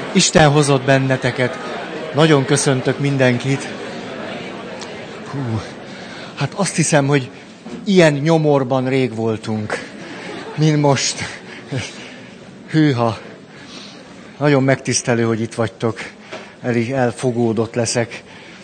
Isten hozott benneteket. Nagyon köszöntök mindenkit. Hát azt hiszem, hogy ilyen nyomorban rég voltunk, mint most. Hűha. Nagyon megtisztelő, hogy itt vagytok. Elég elfogódott leszek.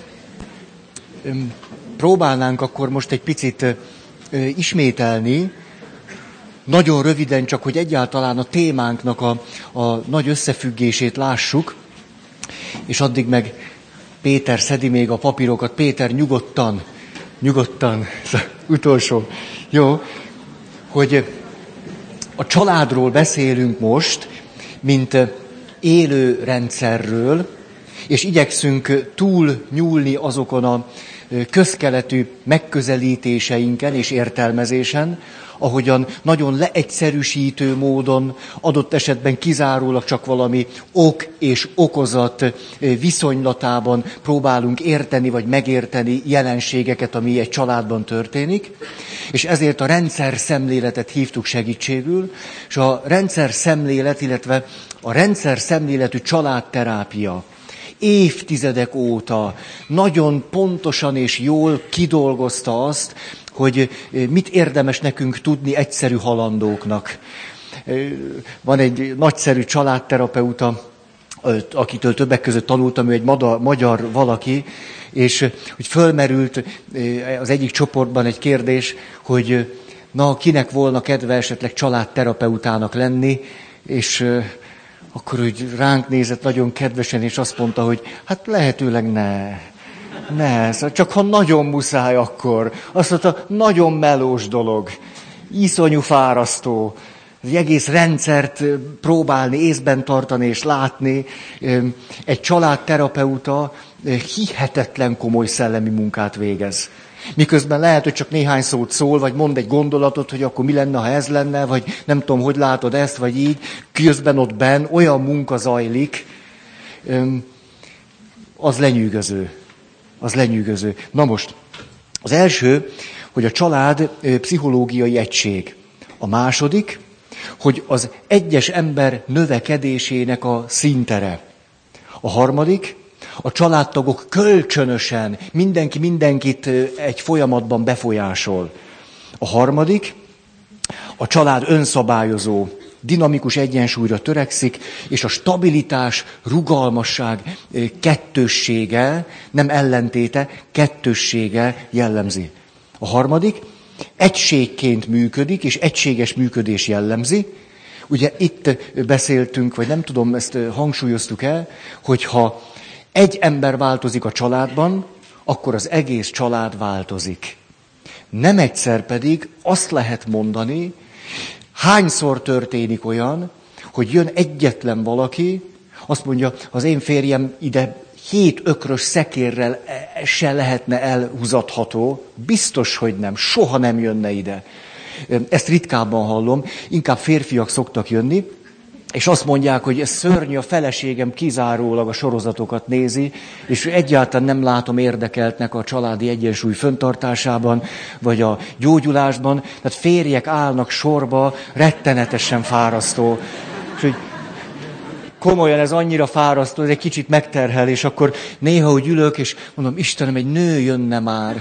Próbálnánk akkor most egy picit ismételni, nagyon röviden, csak hogy egyáltalán a témánknak a nagy összefüggését lássuk, és addig meg Péter szedi még a papírokat. Péter, nyugodtan, utolsó. Jó, hogy a családról beszélünk most, mint élő rendszerről, és igyekszünk túl nyúlni azokon a közkeletű megközelítéseinken és értelmezésen, ahogyan nagyon leegyszerűsítő módon, adott esetben kizárólag csak valami ok és okozat viszonylatában próbálunk érteni vagy megérteni jelenségeket, ami egy családban történik, és ezért a rendszer szemléletet hívtuk segítségül, és a rendszer szemlélet, illetve a rendszer szemléletű családterápia évtizedek óta nagyon pontosan és jól kidolgozta azt, hogy mit érdemes nekünk tudni egyszerű halandóknak. Van egy nagyszerű családterapeuta, akitől többek között tanultam, ő egy magyar valaki, és hogy fölmerült az egyik csoportban egy kérdés, hogy na, kinek volna kedve esetleg családterapeutának lenni, és akkor úgy ránk nézett nagyon kedvesen, és azt mondta, hogy hát lehetőleg ne, csak ha nagyon muszáj, akkor. Azt mondta, nagyon melós dolog, iszonyú fárasztó, az egész rendszert próbálni, észben tartani és látni. Egy családterapeuta hihetetlen komoly szellemi munkát végez. Miközben lehet, hogy csak néhány szót szól, vagy mond egy gondolatot, hogy akkor mi lenne, ha ez lenne, vagy nem tudom, hogy látod ezt, vagy így. Közben ott benn olyan munka zajlik, az lenyűgöző. Na most, az első, hogy a család pszichológiai egység. A második, hogy az egyes ember növekedésének a színtere. A harmadik, a családtagok kölcsönösen, mindenki mindenkit egy folyamatban befolyásol. A harmadik, a család önszabályozó, dinamikus egyensúlyra törekszik, és a stabilitás, rugalmasság kettőssége, nem ellentéte, kettőssége jellemzi. A harmadik, egységként működik, és egységes működés jellemzi. Ugye itt beszéltünk, vagy nem tudom, ezt hangsúlyoztuk el, hogyha egy ember változik a családban, akkor az egész család változik. Nem egyszer pedig azt lehet mondani, hányszor történik olyan, hogy jön egyetlen valaki, azt mondja, az én férjem ide 7 ökrös szekérrel se lehetne elhúzatható, biztos, hogy nem, soha nem jönne ide. Ezt ritkábban hallom, inkább férfiak szoktak jönni, és azt mondják, hogy ez szörnyű, a feleségem kizárólag a sorozatokat nézi, és egyáltalán nem látom érdekeltnek a családi egyensúly fenntartásában, vagy a gyógyulásban. Tehát férjek állnak sorba, rettenetesen fárasztó. És hogy komolyan ez annyira fáradt, ez egy kicsit megterhel, és akkor néha úgy ülök, és mondom, Istenem, egy nő jönne már.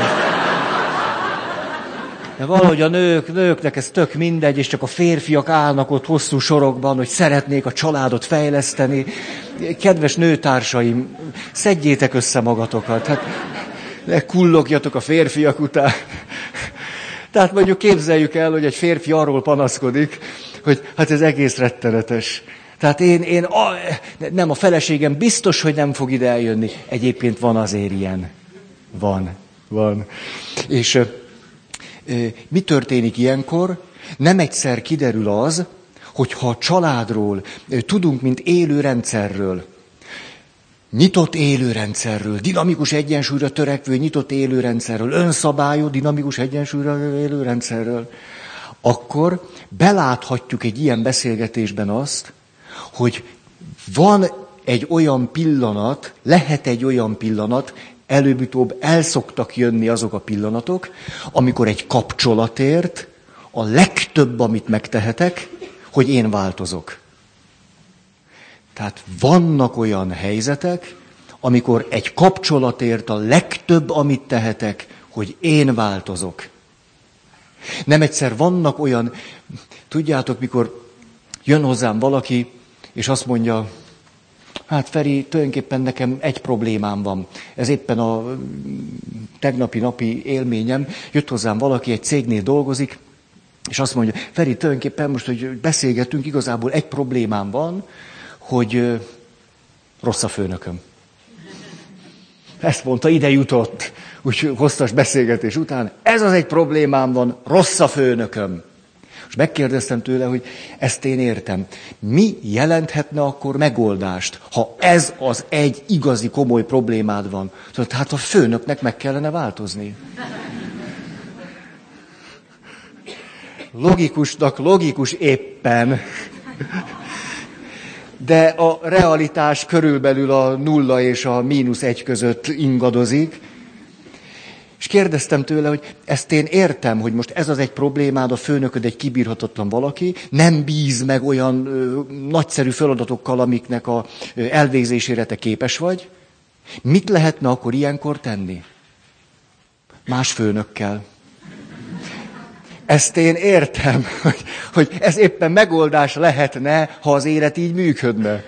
De valahogy a nőknek ez tök mindegy, és csak a férfiak állnak ott hosszú sorokban, hogy szeretnék a családot fejleszteni. Kedves nőtársaim, szedjétek össze magatokat, hát ne kullogjatok a férfiak után. Tehát mondjuk képzeljük el, hogy egy férfi arról panaszkodik, hogy hát ez egész rettenetes. Tehát nem, a feleségem biztos, hogy nem fog ide eljönni. Egyébként van azért ilyen. Van. És mi történik ilyenkor? Nem egyszer kiderül az, hogyha a családról tudunk, mint élő rendszerről, nyitott élőrendszerről, dinamikus egyensúlyra törekvő nyitott élőrendszerről, önszabályú dinamikus egyensúlyra élőrendszerről, akkor beláthatjuk egy ilyen beszélgetésben azt, hogy van egy olyan pillanat, lehet egy olyan pillanat, előbb-utóbb el szoktak jönni azok a pillanatok, amikor egy kapcsolatért a legtöbb, amit megtehetek, hogy én változok. Tehát vannak olyan helyzetek, amikor egy kapcsolatért a legtöbb, amit tehetek, hogy én változok. Nem egyszer vannak olyan, tudjátok, mikor jön hozzám valaki, és azt mondja, hát Feri, tulajdonképpen nekem egy problémám van. Ez éppen a tegnapi napi élményem. Jött hozzám valaki, egy cégnél dolgozik, és azt mondja, Feri, tulajdonképpen most, hogy beszélgetünk, igazából egy problémám van, hogy rossz a főnököm. Ezt mondta, ide jutott, úgy hosszas beszélgetés után, ez az egy problémám van, rossz a főnököm. És megkérdeztem tőle, hogy ezt én értem. Mi jelenthetne akkor megoldást, ha ez az egy igazi komoly problémád van? Tehát a főnöknek meg kellene változni. Logikusnak logikus éppen. De a realitás körülbelül a 0 és a -1 között ingadozik. És kérdeztem tőle, hogy ezt én értem, hogy most ez az egy problémád, a főnököd egy kibírhatatlan valaki, nem bíz meg olyan nagyszerű feladatokkal, amiknek a elvégzésére te képes vagy. Mit lehetne akkor ilyenkor tenni? Más főnökkel. Ezt én értem, hogy ez éppen megoldás lehetne, ha az élet így működne.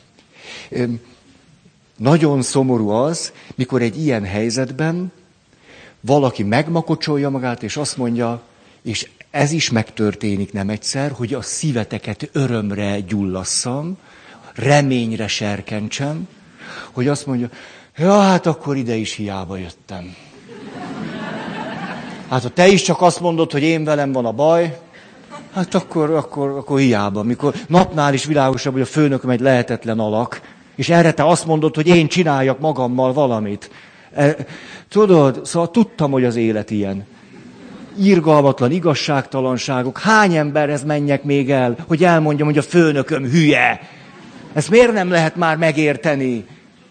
Nagyon szomorú az, mikor egy ilyen helyzetben valaki megmakocsolja magát, és azt mondja, és ez is megtörténik nem egyszer, hogy a szíveteket örömre gyullasszam, reményre serkentsem, hogy azt mondja, ja, hát akkor ide is hiába jöttem. Hát ha te is csak azt mondod, hogy én velem van a baj, hát akkor hiába. Mikor napnál is világosabb, hogy a főnököm egy lehetetlen alak, és erre te azt mondod, hogy én csináljak magammal valamit. Tudod, szóval tudtam, hogy az élet ilyen. Irgalmatlan igazságtalanságok. Hány emberhez menjek még el, hogy elmondjam, hogy a főnököm hülye? Ezt miért nem lehet már megérteni?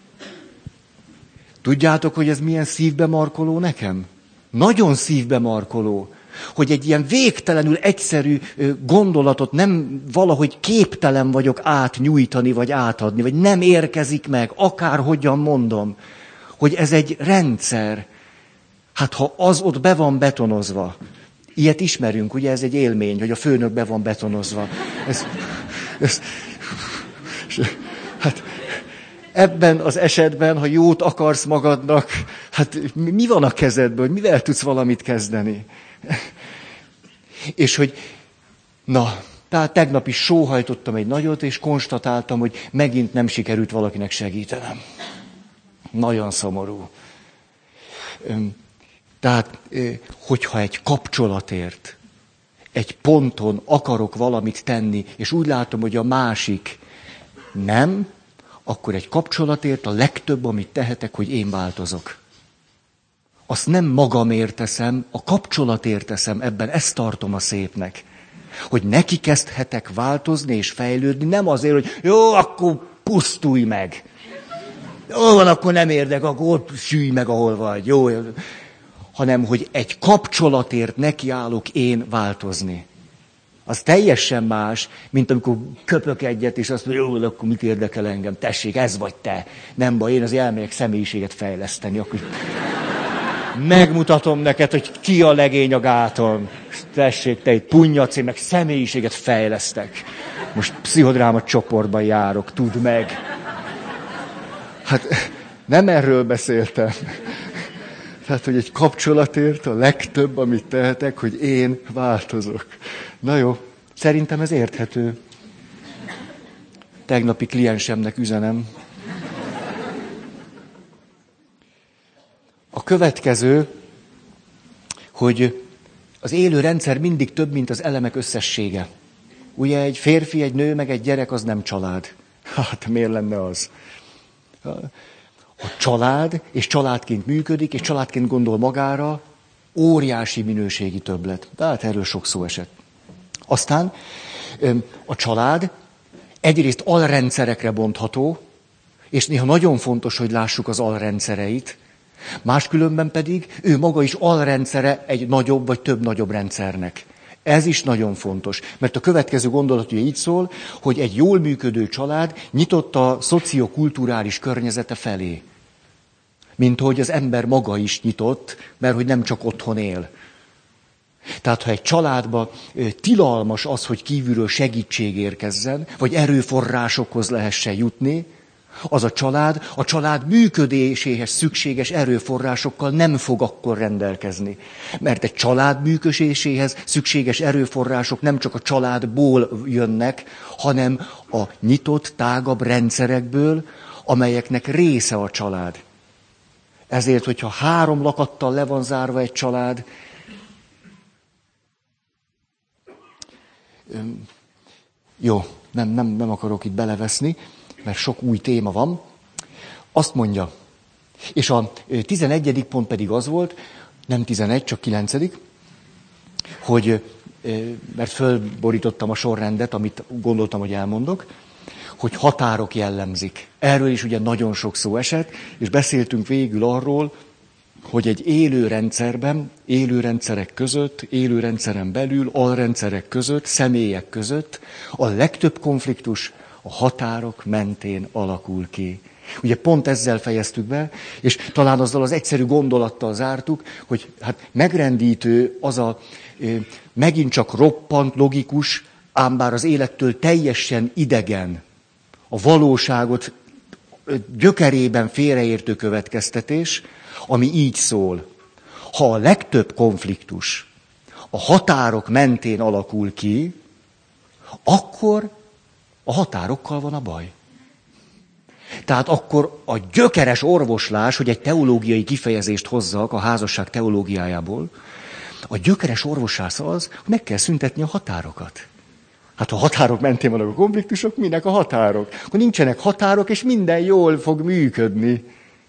Tudjátok, hogy ez milyen szívbe markoló nekem? Nagyon szívbe markoló, hogy egy ilyen végtelenül egyszerű gondolatot nem valahogy képtelen vagyok átnyújtani, vagy átadni, vagy nem érkezik meg, akárhogyan mondom, hogy ez egy rendszer. Hát ha az ott be van betonozva, ilyet ismerünk, ugye ez egy élmény, hogy a főnök be van betonozva. Hát ebben az esetben, ha jót akarsz magadnak, hát mi van a kezedben, hogy mivel tudsz valamit kezdeni? És hogy, tehát tegnap is sóhajtottam egy nagyot, és konstatáltam, hogy megint nem sikerült valakinek segítenem. Nagyon szomorú. Tehát, hogyha egy kapcsolatért, egy ponton akarok valamit tenni, és úgy látom, hogy a másik nem, akkor egy kapcsolatért a legtöbb, amit tehetek, hogy én változok. Azt nem magamért teszem, a kapcsolatért teszem, ebben ezt tartom a szépnek. Hogy neki kezdhetek változni és fejlődni, nem azért, hogy jó, akkor pusztulj meg. Jó van, akkor nem érdek, akkor ott sülj meg, ahol vagy. Jó, hanem, hogy egy kapcsolatért nekiállok én változni. Az teljesen más, mint amikor köpök egyet, és azt mondja, jó, akkor mit érdekel engem, tessék, ez vagy te. Nem baj, én azért elmegyek személyiséget fejleszteni, akkor megmutatom neked, hogy ki a legény a gáton. Tessék, te egy punyadsz, én meg személyiséget fejlesztek. Most pszichodráma csoportban járok, tudd meg. Hát nem erről beszéltem. Tehát, hogy egy kapcsolatért a legtöbb, amit tehetek, hogy én változok. Na jó, szerintem ez érthető. Tegnapi kliensemnek üzenem. A következő, hogy az élő rendszer mindig több, mint az elemek összessége. Ugye egy férfi, egy nő, meg egy gyerek, az nem család. Hát miért lenne az? A család, és családként működik, és családként gondol magára, óriási minőségi többlet. De hát erről sok szó esett. Aztán a család egyrészt alrendszerekre bontható, és néha nagyon fontos, hogy lássuk az alrendszereit, máskülönben pedig ő maga is alrendszere egy nagyobb vagy több nagyobb rendszernek. Ez is nagyon fontos, mert a következő gondolat ugye így szól, hogy egy jól működő család nyitott a szociokulturális környezete felé. Mint hogy az ember maga is nyitott, mert hogy nem csak otthon él. Tehát ha egy családban tilalmas az, hogy kívülről segítség érkezzen, vagy erőforrásokhoz lehessen jutni, az a család működéséhez szükséges erőforrásokkal nem fog akkor rendelkezni. Mert egy család működéséhez szükséges erőforrások nem csak a családból jönnek, hanem a nyitott, tágabb rendszerekből, amelyeknek része a család. Ezért, hogyha 3 lakattal le van zárva egy család, jó, nem akarok itt beleveszni, mert sok új téma van. Azt mondja, és a 11. pont pedig az volt, nem 11, csak 9, hogy, mert fölborítottam a sorrendet, amit gondoltam, hogy elmondok, hogy határok jellemzik. Erről is ugye nagyon sok szó esett, és beszéltünk végül arról, hogy egy élő rendszerben, élő rendszerek között, élő rendszeren belül, alrendszerek között, személyek között a legtöbb konfliktus a határok mentén alakul ki. Ugye pont ezzel fejeztük be, és talán azzal az egyszerű gondolattal zártuk, hogy hát megrendítő az a megint csak roppant, logikus, ám bár az élettől teljesen idegen, a valóságot gyökerében félreértő következtetés, ami így szól. Ha a legtöbb konfliktus a határok mentén alakul ki, akkor a határokkal van a baj. Tehát akkor a gyökeres orvoslás, hogy egy teológiai kifejezést hozzak a házasság teológiájából, a gyökeres orvoslás az, hogy meg kell szüntetni a határokat. Hát ha határok mentén vannak a konfliktusok, minek a határok? Akkor nincsenek határok, és minden jól fog működni.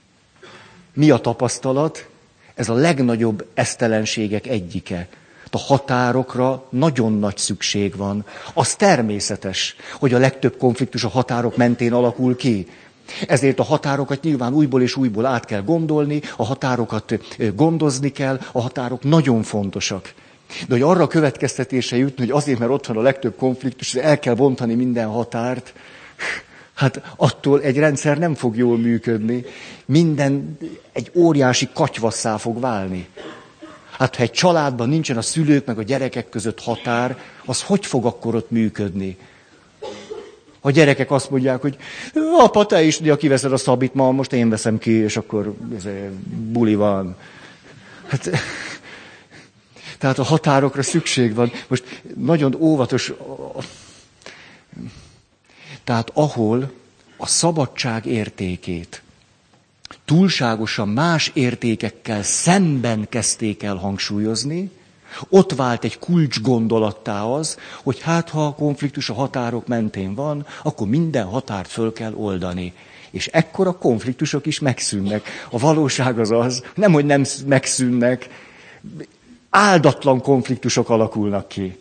Mi a tapasztalat? Ez a legnagyobb esztelenségek egyike. A határokra nagyon nagy szükség van. Az természetes, hogy a legtöbb konfliktus a határok mentén alakul ki. Ezért a határokat nyilván újból és újból át kell gondolni, a határokat gondozni kell, a határok nagyon fontosak. De hogy arra a következtetésre jutni, hogy azért, mert ott van a legtöbb konfliktus, el kell bontani minden határt, hát attól egy rendszer nem fog jól működni. Minden egy óriási katyvasszá fog válni. Hát ha egy családban nincsen a szülők meg a gyerekek között határ, az hogy fog akkor ott működni? A gyerekek azt mondják, hogy apa, te is kiveszed a Szabit, ma most én veszem ki, és akkor buli van. Hát, tehát a határokra szükség van. Most nagyon óvatos. Tehát ahol a szabadság értékét túlságosan más értékekkel szemben kezdték el hangsúlyozni, ott vált egy kulcsgondolattá az, hogy hát ha a konfliktus a határok mentén van, akkor minden határt föl kell oldani. És ekkor a konfliktusok is megszűnnek. A valóság az, nemhogy nem megszűnnek, áldatlan konfliktusok alakulnak ki.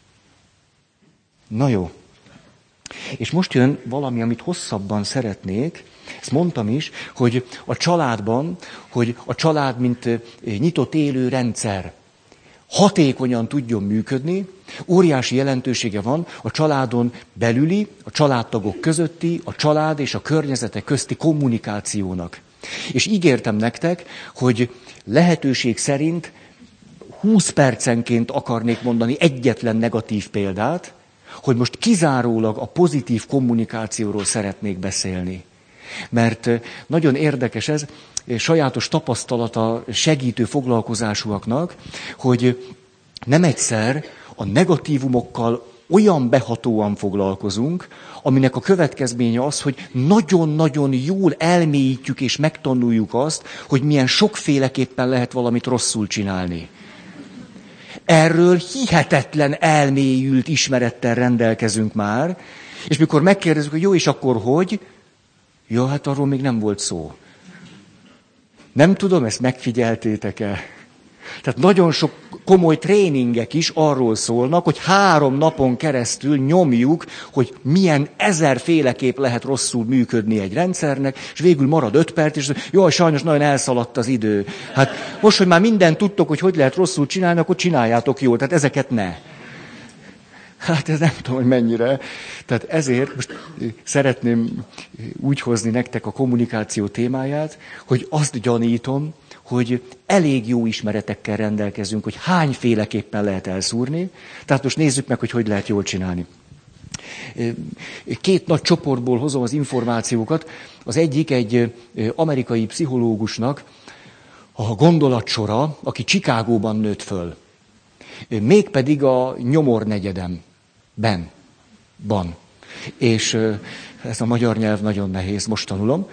Na jó. És most jön valami, amit hosszabban szeretnék, ezt mondtam is, hogy a családban, hogy a család, mint nyitott élő rendszer, hatékonyan tudjon működni, óriási jelentősége van a családon belüli, a családtagok közötti, a család és a környezete közti kommunikációnak. És ígértem nektek, hogy lehetőség szerint 20 percenként akarnék mondani egyetlen negatív példát, hogy most kizárólag a pozitív kommunikációról szeretnék beszélni. Mert nagyon érdekes ez, sajátos tapasztalata segítő foglalkozásúaknak, hogy nem egyszer a negatívumokkal olyan behatóan foglalkozunk, aminek a következménye az, hogy nagyon-nagyon jól elmélyítjük és megtanuljuk azt, hogy milyen sokféleképpen lehet valamit rosszul csinálni. Erről hihetetlen elmélyült ismerettel rendelkezünk már, és mikor megkérdezzük, hogy jó, és akkor hogy? Ja, hát arról még nem volt szó. Nem tudom, ezt megfigyeltétek-e? Tehát nagyon sok komoly tréningek is arról szólnak, hogy 3 napon keresztül nyomjuk, hogy milyen 1000 féleképp lehet rosszul működni egy rendszernek, és végül marad 5 perc, és jaj, sajnos nagyon elszaladt az idő. Hát most, hogy már mindent tudtok, hogy lehet rosszul csinálni, akkor csináljátok jól, tehát ezeket ne. Hát ez nem tudom, hogy mennyire. Tehát ezért most szeretném úgy hozni nektek a kommunikáció témáját, hogy azt gyanítom, hogy elég jó ismeretekkel rendelkezünk, hogy hányféleképpen lehet elszúrni. Tehát most nézzük meg, hogy lehet jól csinálni. Két nagy csoportból hozom az információkat. Az egyik egy amerikai pszichológusnak a gondolatsora, aki Chicagóban nőtt föl. Mégpedig a Nyomor negyedemben. És ez a magyar nyelv nagyon nehéz, most tanulom.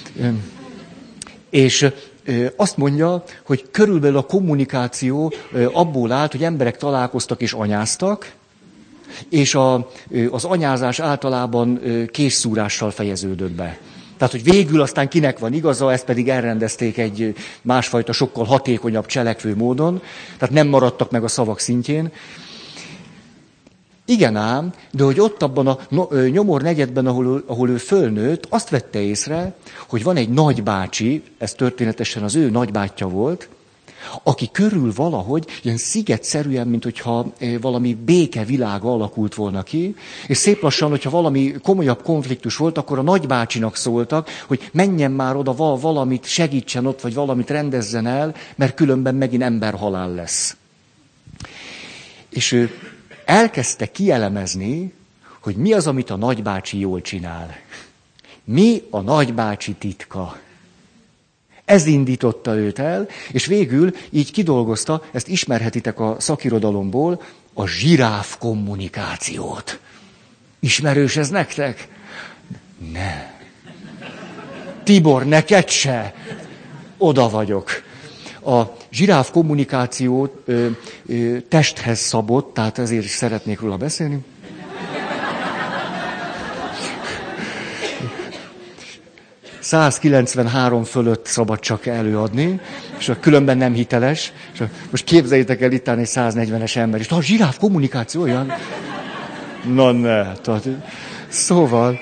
És azt mondja, hogy körülbelül a kommunikáció abból állt, hogy emberek találkoztak és anyáztak, és az anyázás általában készszúrással fejeződött be. Tehát, hogy végül aztán kinek van igaza, ezt pedig elrendezték egy másfajta, sokkal hatékonyabb cselekvő módon, tehát nem maradtak meg a szavak szintjén. Igen ám, de hogy ott abban a Nyomor negyedben, ahol ő fölnőtt, azt vette észre, hogy van egy nagybácsi, ez történetesen az ő nagybátyja volt, aki körül valahogy ilyen szigetszerűen, mint hogyha valami békevilága alakult volna ki, és szép lassan, hogyha valami komolyabb konfliktus volt, akkor a nagybácsinak szóltak, hogy menjen már oda valamit, segítsen ott, vagy valamit rendezzen el, mert különben megint emberhalál lesz. És ő elkezdte kielemezni, hogy mi az, amit a nagybácsi jól csinál. Mi a nagybácsi titka? Ez indította őt el, és végül így kidolgozta, ezt ismerhetitek a szakirodalomból, a zsiráf kommunikációt. Ismerős ez nektek? Ne. Tibor, neked se? Oda vagyok. A zsiráf kommunikáció testhez szabott, tehát ezért is szeretnék róla beszélni. ...193 fölött szabad csak előadni, és a különben nem hiteles. És most képzeljétek el, itt áll egy 140-es ember, és a zsiráf kommunikáció olyan... Na ne, tehát... Szóval...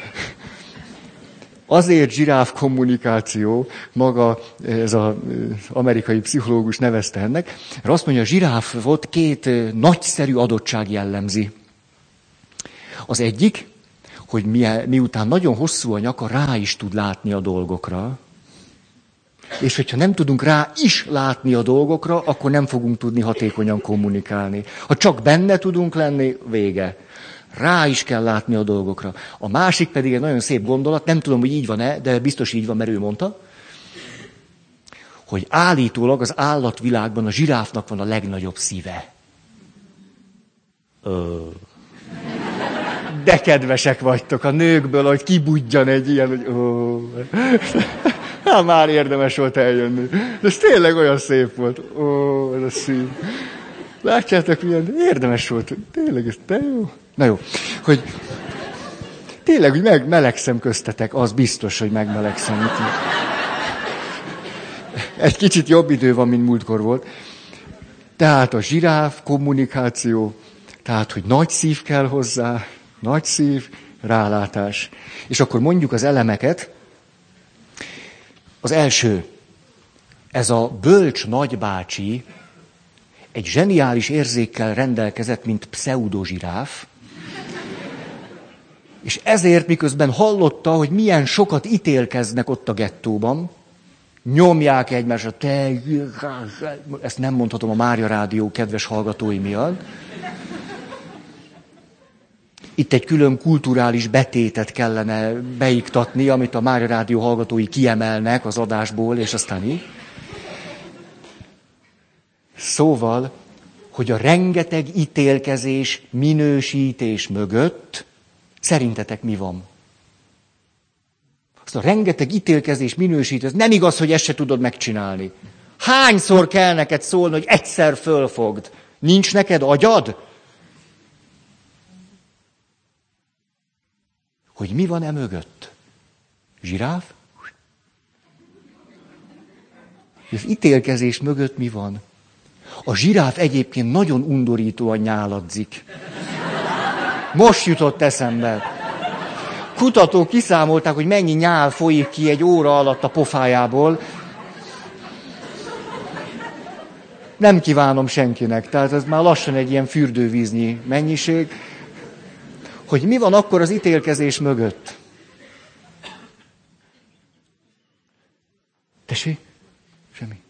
Azért zsiráf kommunikáció, maga ez az amerikai pszichológus nevezte ennek, mert azt mondja, a zsiráfot két nagyszerű adottság jellemzi. Az egyik, hogy miután nagyon hosszú a nyaka, rá is tud látni a dolgokra, és hogyha nem tudunk rá is látni a dolgokra, akkor nem fogunk tudni hatékonyan kommunikálni. Ha csak benne tudunk lenni, vége. Rá is kell látni a dolgokra. A másik pedig egy nagyon szép gondolat, nem tudom, hogy így van-e, de biztos így van, mert ő mondta, hogy állítólag az állatvilágban a zsiráfnak van a legnagyobb szíve. De kedvesek vagytok a nőkből, hogy kibudjan egy ilyen, hogy hát már érdemes volt eljönni. De ez tényleg olyan szép volt. Ez a szív. Látjátok, milyen érdemes volt. Tényleg, ez te jó. Na jó, hogy tényleg, hogy megmelegszem köztetek, az biztos, hogy megmelegszem. Egy kicsit jobb idő van, mint múltkor volt. Tehát a zsiráf kommunikáció, tehát, hogy nagy szív kell hozzá, nagy szív, rálátás. És akkor mondjuk az elemeket. Az első, ez a bölcs nagybácsi egy zseniális érzékkel rendelkezett, mint pseudozsiráf, és ezért miközben hallotta, hogy milyen sokat ítélkeznek ott a gettóban, nyomják egymásra, ezt nem mondhatom a Mária Rádió kedves hallgatói miatt. Itt egy külön kulturális betétet kellene beiktatni, amit a Mária Rádió hallgatói kiemelnek az adásból, és aztán így. Szóval, hogy a rengeteg ítélkezés, minősítés mögött szerintetek mi van? Azt a rengeteg ítélkezés, minősítés, nem igaz, hogy ezt se tudod megcsinálni. Hányszor kell neked szólni, hogy egyszer fölfogd? Nincs neked agyad? Hogy mi van mögött? Zsiráf? Az ítélkezés mögött mi van? A zsiráf egyébként nagyon undorítóan nyáladzik. Most jutott eszembe. Kutatók kiszámolták, hogy mennyi nyál folyik ki egy óra alatt a pofájából. Nem kívánom senkinek, tehát ez már lassan egy ilyen fürdővíznyi mennyiség. hogy mi van akkor az ítélkezés mögött. Tessék? Semmi.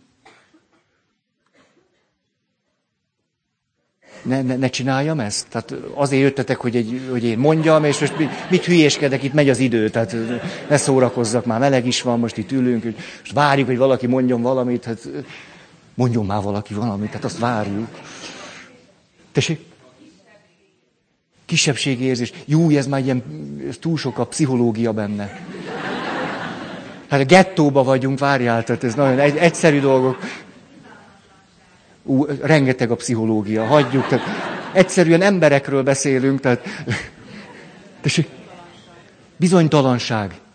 Ne csináljam ezt? Tehát azért jöttetek, hogy én mondjam, és most mit hülyéskedek, itt megy az idő, tehát ne szórakozzak már, meleg is van, most itt ülünk, most várjuk, hogy valaki mondjon valamit, hát mondjon már valaki valamit, hát azt várjuk. Tessék? Kisebbségi érzés. Jú, ez már ilyen, túl sok a pszichológia benne. Hát a gettóba vagyunk, várjál, tehát ez nagyon egyszerű dolgok. Rengeteg a pszichológia, hagyjuk. Tehát egyszerűen emberekről beszélünk, tehát... Tessék, bizonytalanság.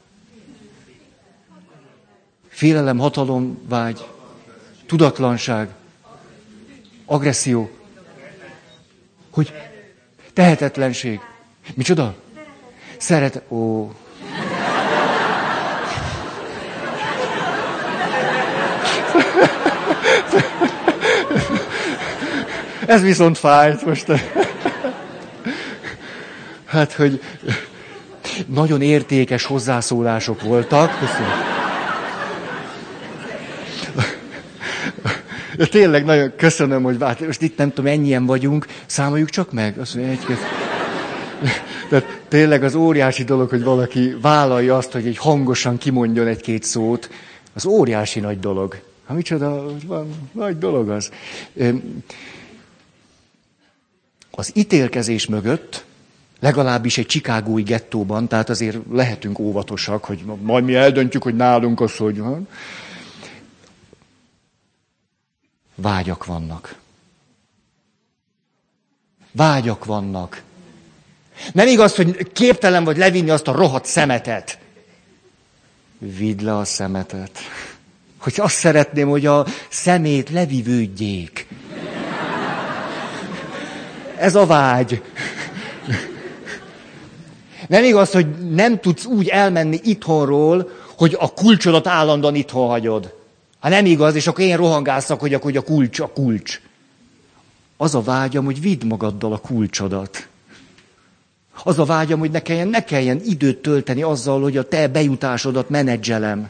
Félelem, hatalom, vágy, tudatlanság, agresszió. Hogy tehetetlenség. Micsoda? Ó. Ez viszont fájt most. Hát, hogy nagyon értékes hozzászólások voltak. Köszönöm. Tényleg nagyon köszönöm, hogy most itt nem tudom, ennyien vagyunk, számoljuk csak meg. Azt mondja, tehát tényleg az óriási dolog, hogy valaki vállalja azt, hogy egy hangosan kimondjon egy-két szót. Az óriási nagy dolog. Ha micsoda, nagy dolog az. Az ítélkezés mögött, legalábbis egy chicagói gettóban, tehát azért lehetünk óvatosak, hogy majd mi eldöntjük, hogy nálunk az, hogy van. Vágyak vannak. Vágyak vannak. Nem igaz, hogy képtelen vagy levinni azt a rohadt szemetet. Vidd le a szemetet. Hogy azt szeretném, hogy a szemét levivődjék. Ez a vágy. Nem igaz, hogy nem tudsz úgy elmenni itthonról, hogy a kulcsodat állandóan itthon hagyod. Hát nem igaz, és akkor én rohangászok, hogy akkor a kulcs. Az a vágyam, hogy vidd magaddal a kulcsodat. Az a vágyam, hogy ne kelljen időt tölteni azzal, hogy a te bejutásodat menedzselem.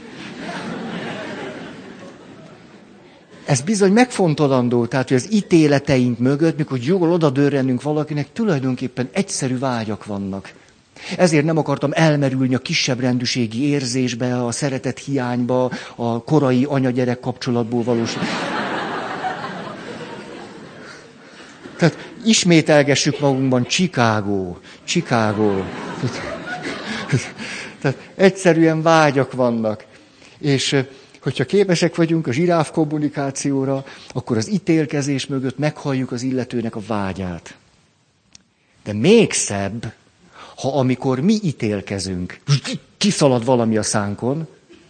Ez bizony megfontolandó, tehát, hogy az ítéleteink mögött, mikor jól odadörrenünk valakinek, tulajdonképpen egyszerű vágyak vannak. Ezért nem akartam elmerülni a kisebb rendűségi érzésbe, a szeretet hiányba, a korai anya-gyerek kapcsolatból valós. Tehát ismételgessük magunkban Chicago. Tehát egyszerűen vágyak vannak. És hogyha képesek vagyunk a zsiráf kommunikációra, akkor az ítélkezés mögött meghalljuk az illetőnek a vágyát. De még szebb, ha amikor mi ítélkezünk, kiszalad valami a szánkon,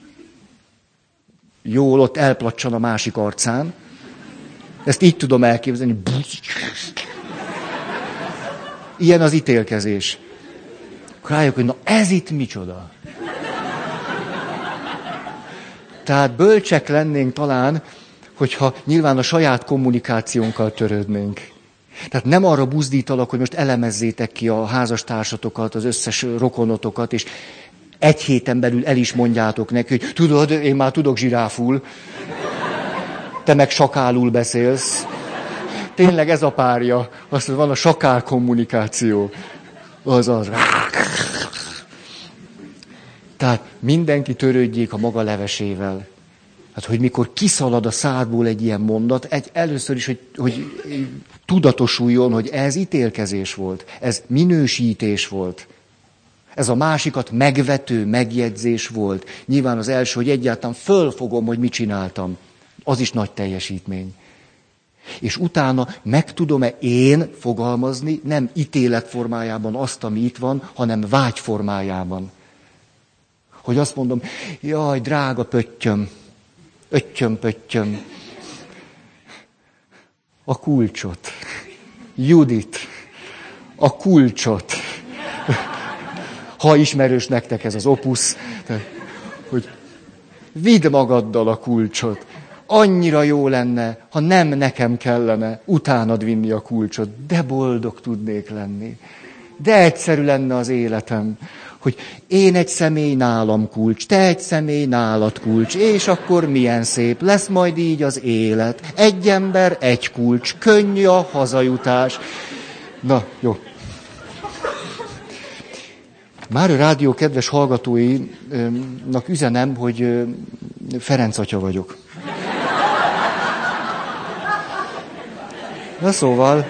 jól ott elplacsan a másik arcán, ezt így tudom elképzelni. Ilyen az ítélkezés. Rájuk, hogy na ez itt micsoda? Tehát bölcsek lennénk talán, hogyha nyilván a saját kommunikációnkkal törődnénk. Tehát nem arra buzdítalak, hogy most elemezzétek ki a házastársatokat, az összes rokonotokat, és egy héten belül el is mondjátok neki, hogy tudod, én már tudok zsiráful, te meg sakálul beszélsz. Tényleg ez a párja. Azt van a sakál kommunikáció. Azaz. Tehát mindenki törődjék a maga levesével. Hát, hogy mikor kiszalad a szádból egy ilyen mondat, először is, hogy tudatosuljon, hogy ez ítélkezés volt, ez minősítés volt. Ez a másikat megvető megjegyzés volt. Nyilván az első, hogy egyáltalán fölfogom, hogy mit csináltam. Az is nagy teljesítmény. És utána meg tudom-e én fogalmazni, nem ítélet formájában azt, ami itt van, hanem vágy formájában. Hogy azt mondom, jaj, drága pöttyöm, öttyöm, a kulcsot. Judit, a kulcsot. Ha ismerős nektek ez az opusz, hogy vidd magaddal a kulcsot. Annyira jó lenne, ha nem nekem kellene utánad vinni a kulcsot, de boldog tudnék lenni. De egyszerű lenne az életem, hogy én egy személy, nálam kulcs, te egy személy, nálad kulcs, és akkor milyen szép lesz majd így az élet. Egy ember, egy kulcs, könnyű a hazajutás. Na, jó. Mária Rádió kedves hallgatóinak üzenem, hogy Ferenc atya vagyok. Na szóval...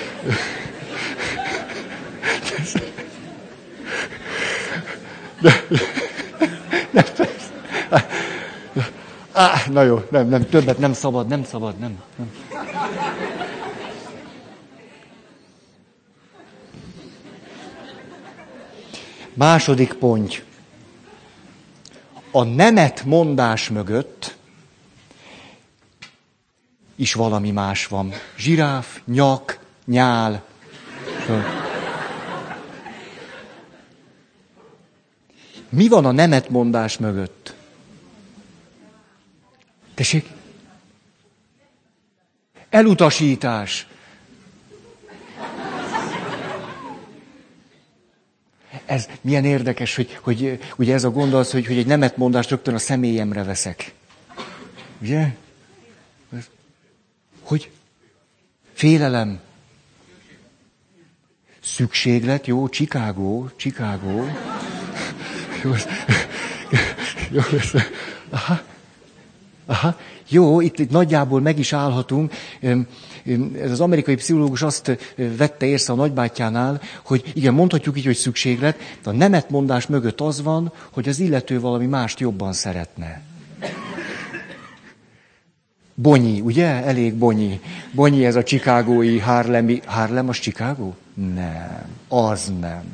Na jó, nem, többet nem szabad, nem. Második pont. A nemet mondás mögött is valami más van. Zsiráf, nyak, nyál. Mi van a nemetmondás mögött? Tessék? Elutasítás. Ez milyen érdekes, hogy ugye ez a gond az, hogy egy nemetmondást rögtön a személyemre veszek. Ugye? Hogy? Félelem. Szükséglet, jó, Chicago. Jó, Aha. Jó, itt nagyjából meg is állhatunk. Ez az amerikai pszichológus azt vette észre a nagybátyjánál, hogy igen, mondhatjuk így, hogy szükséglet, de a nemetmondás mögött az van, hogy az illető valami mást jobban szeretne. Bonyi, ugye? Elég bonyi. Bonyi ez a chicagói, harlemi... Harlem az Chicago? Nem, az nem.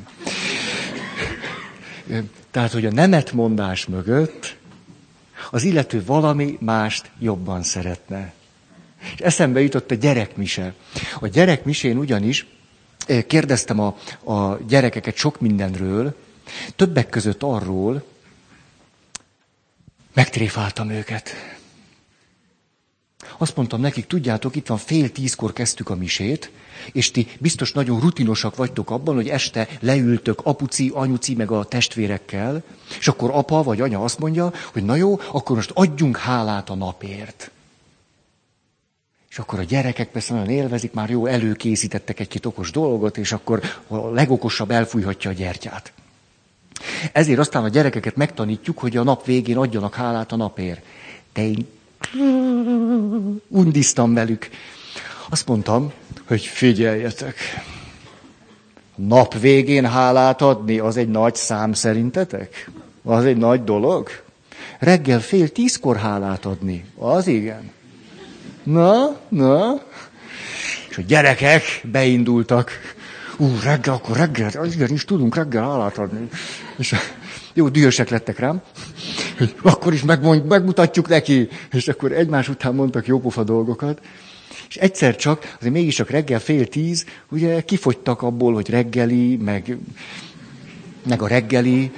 Tehát, hogy a nemetmondás mögött az illető valami mást jobban szeretne. És eszembe jutott a gyerekmise. A gyerekmisén ugyanis kérdeztem a gyerekeket sok mindenről, többek között arról, megtréfáltam őket. Azt mondtam nekik, tudjátok, itt van 9:30 kezdtük a misét, és ti biztos nagyon rutinosak vagytok abban, hogy este leültök apuci, anyuci, meg a testvérekkel, és akkor apa vagy anya azt mondja, hogy na jó, akkor most adjunk hálát a napért. És akkor a gyerekek persze nagyon élvezik, már jó, előkészítettek egy-két okos dolgot, és akkor a legokosabb elfújhatja a gyertyát. Ezért aztán a gyerekeket megtanítjuk, hogy a nap végén adjanak hálát a napért. De én undiztam velük. Azt mondtam, hogy figyeljetek, nap végén hálát adni, az egy nagy szám szerintetek? Az egy nagy dolog? Reggel 9:30 hálát adni, az igen. Na? És a gyerekek beindultak. Akkor reggel, igenis tudunk reggel hálát adni. És jó, dühösek lettek rám. Akkor is megmutatjuk neki. És akkor egymás után mondtak jópofa dolgokat. És egyszer csak, azért mégis csak reggel 9:30, ugye kifogytak abból, hogy reggeli, meg a reggeli.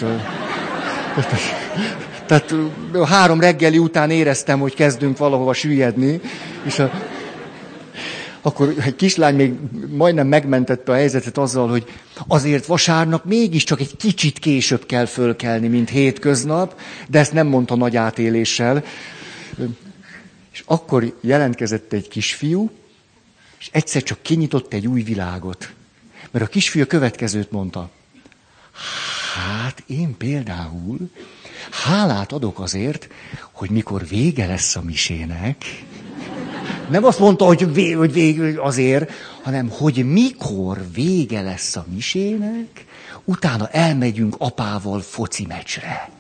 Tehát 3 reggeli után éreztem, hogy kezdünk valahova süllyedni. És akkor egy kislány még majdnem megmentette a helyzetet azzal, hogy azért vasárnap mégiscsak egy kicsit később kell fölkelni, mint hétköznap, de ezt nem mondta nagy átéléssel. És akkor jelentkezett egy kisfiú, és egyszer csak kinyitott egy új világot. Mert a kisfiú a következőt mondta. Hát én például hálát adok azért, hogy mikor vége lesz a misének, nem azt mondta, hogy vége azért, hanem hogy mikor vége lesz a misének, utána elmegyünk apával foci meccsre.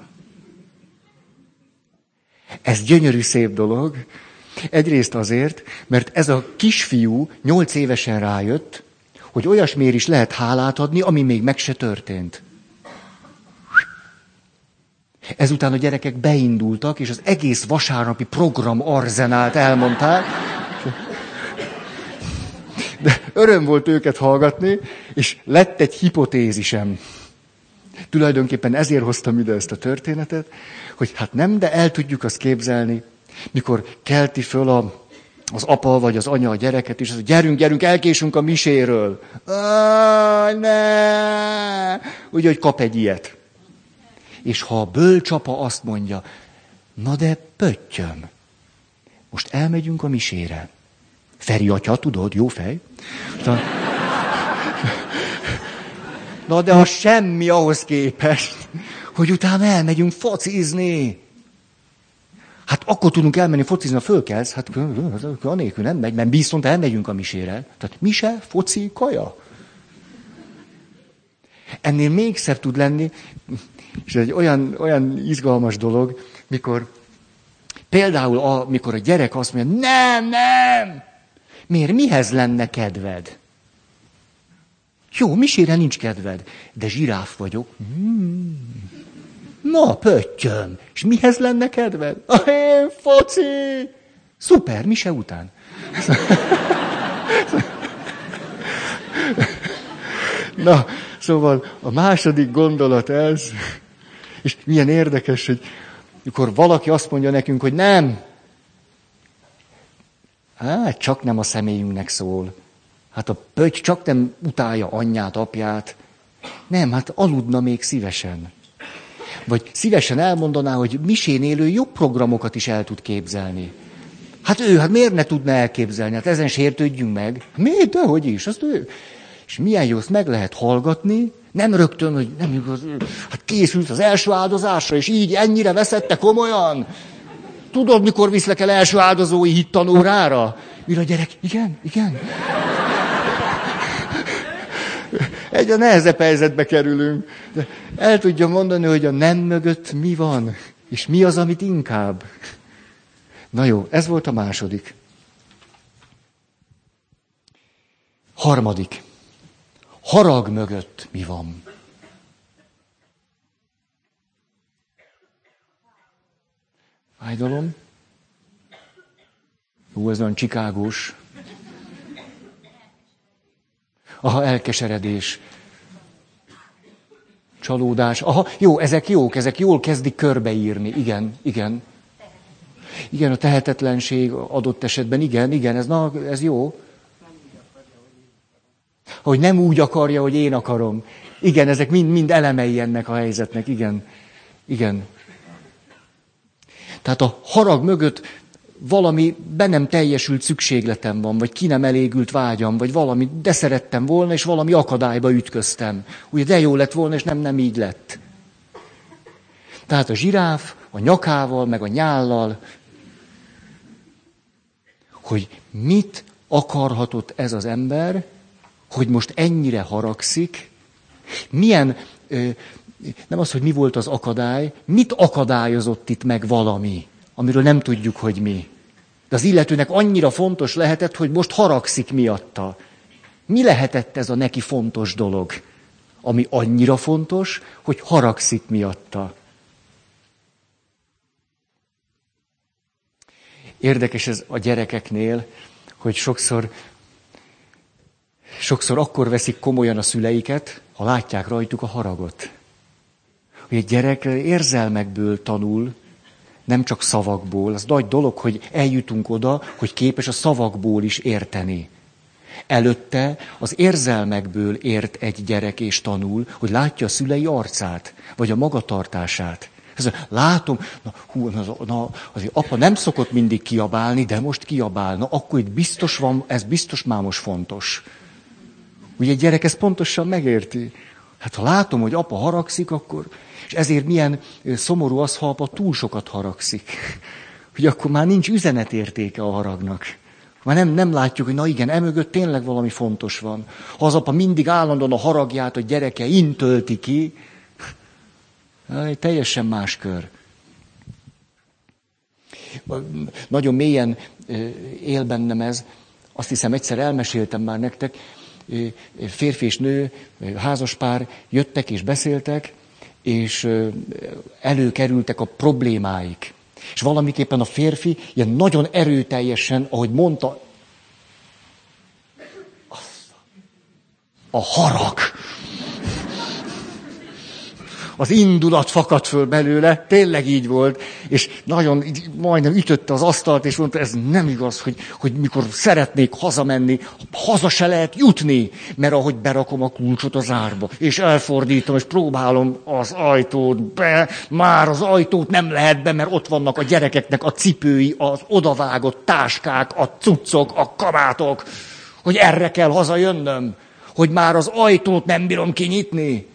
Ez gyönyörű szép dolog. Egyrészt azért, mert ez a kisfiú 8 évesen rájött, hogy olyasmiért is lehet hálát adni, ami még meg se történt. Ezután a gyerekek beindultak, és az egész vasárnapi program arzenált elmondták. De öröm volt őket hallgatni, és lett egy hipotézisem. Tulajdonképpen ezért hoztam ide ezt a történetet, hogy hát nem, de el tudjuk azt képzelni, mikor kelti föl a az apa vagy az anya a gyereket, és az, gyerünk, gyerünk, elkésünk a miséről. Ne! Úgy, hogy kap egy ilyet. És ha a bölcsapa azt mondja, na de pöttyöm, most elmegyünk a misére. Feri atya, tudod, jó fej. Na de az semmi ahhoz képest, hogy utána elmegyünk focizni. Hát akkor tudunk elmenni focizni, ha fölkelsz, hát anélkül nem megy, mert viszont elmegyünk a misére. Tehát mise, foci, kaja. Ennél még szebb tud lenni, és egy olyan izgalmas dolog, mikor például, amikor a gyerek azt mondja, nem, miért, mihez lenne kedved? Jó, misére nincs kedved, de zsiráf vagyok. Na, pöttyöm, és mihez lenne kedved? Én foci! Szuper, mise után. Na, szóval a második gondolat ez, és milyen érdekes, hogy mikor valaki azt mondja nekünk, hogy nem, hát csak nem a személyünknek szól. Hát a pötty csak nem utálja anyját, apját. Nem, hát aludna még szívesen. Vagy szívesen elmondaná, hogy misén élő jobb programokat is el tud képzelni. Hát miért ne tudna elképzelni? Hát ezen sértődjünk meg. Miért? Dehogy is. Azt ő. És milyen jó, azt meg lehet hallgatni, nem rögtön, hogy nem igaz, hát készült az első áldozásra, és így ennyire veszette komolyan. Tudod, mikor viszlek el első áldozói hittanórára? Mire a gyerek, igen. Egyre nehezebb helyzetbe kerülünk. De el tudja mondani, hogy a nem mögött mi van, és mi az, amit inkább. Na jó, ez volt a második. Harmadik. Harag mögött mi van? Fájdalom? Jó, ez olyan csikágós. Aha, elkeseredés. Csalódás. Aha, jó, ezek jók, ezek jól kezdik körbeírni. Igen. Igen, a tehetetlenség adott esetben, igen, ez jó. Hogy nem úgy akarja, hogy én akarom. Igen, ezek mind elemei ennek a helyzetnek, igen. Tehát a harag mögött valami be nem teljesült szükségletem van, vagy ki nem elégült vágyam, vagy valami, de szerettem volna, és valami akadályba ütköztem. Ugye, de jó lett volna, és nem így lett. Tehát a zsiráf, a nyakával, meg a nyállal, hogy mit akarhatott ez az ember, hogy most ennyire haragszik, milyen, nem az, hogy mi volt az akadály, mit akadályozott itt meg valami, amiről nem tudjuk, hogy mi. De az illetőnek annyira fontos lehetett, hogy most haragszik miatta. Mi lehetett ez a neki fontos dolog, ami annyira fontos, hogy haragszik miatta? Érdekes ez a gyerekeknél, hogy sokszor akkor veszik komolyan a szüleiket, ha látják rajtuk a haragot. Hogy egy gyerek érzelmekből tanul, nem csak szavakból. Az nagy dolog, hogy eljutunk oda, hogy képes a szavakból is érteni. Előtte az érzelmekből ért egy gyerek és tanul, hogy látja a szülei arcát, vagy a magatartását. Látom, azért apa nem szokott mindig kiabálni, de most kiabál. Na, akkor itt biztos van, ez biztos már most fontos. Ugye egy gyerek ezt pontosan megérti. Hát ha látom, hogy apa haragszik, akkor... És ezért milyen szomorú az, ha apa túl sokat haragszik. Hogy akkor már nincs üzenetértéke a haragnak. Már nem látjuk, hogy na igen, emögött tényleg valami fontos van. Ha az apa mindig állandóan a haragját a gyereke intölti ki, teljesen más kör. Nagyon mélyen él bennem ez. Azt hiszem, egyszer elmeséltem már nektek. Férfi és nő, házaspár jöttek és beszéltek, és előkerültek a problémáik. És valamiképpen a férfi ilyen nagyon erőteljesen, ahogy mondta, a harag. Az indulat fakadt föl belőle, tényleg így volt, és nagyon majdnem ütötte az asztalt, és mondta, ez nem igaz, hogy mikor szeretnék hazamenni, haza se lehet jutni, mert ahogy berakom a kulcsot az árba, és elfordítom, és próbálom az ajtót be, már az ajtót nem lehet be, mert ott vannak a gyerekeknek a cipői, az odavágott táskák, a cuccok, a kabátok, hogy erre kell hazajönnöm, hogy már az ajtót nem bírom kinyitni.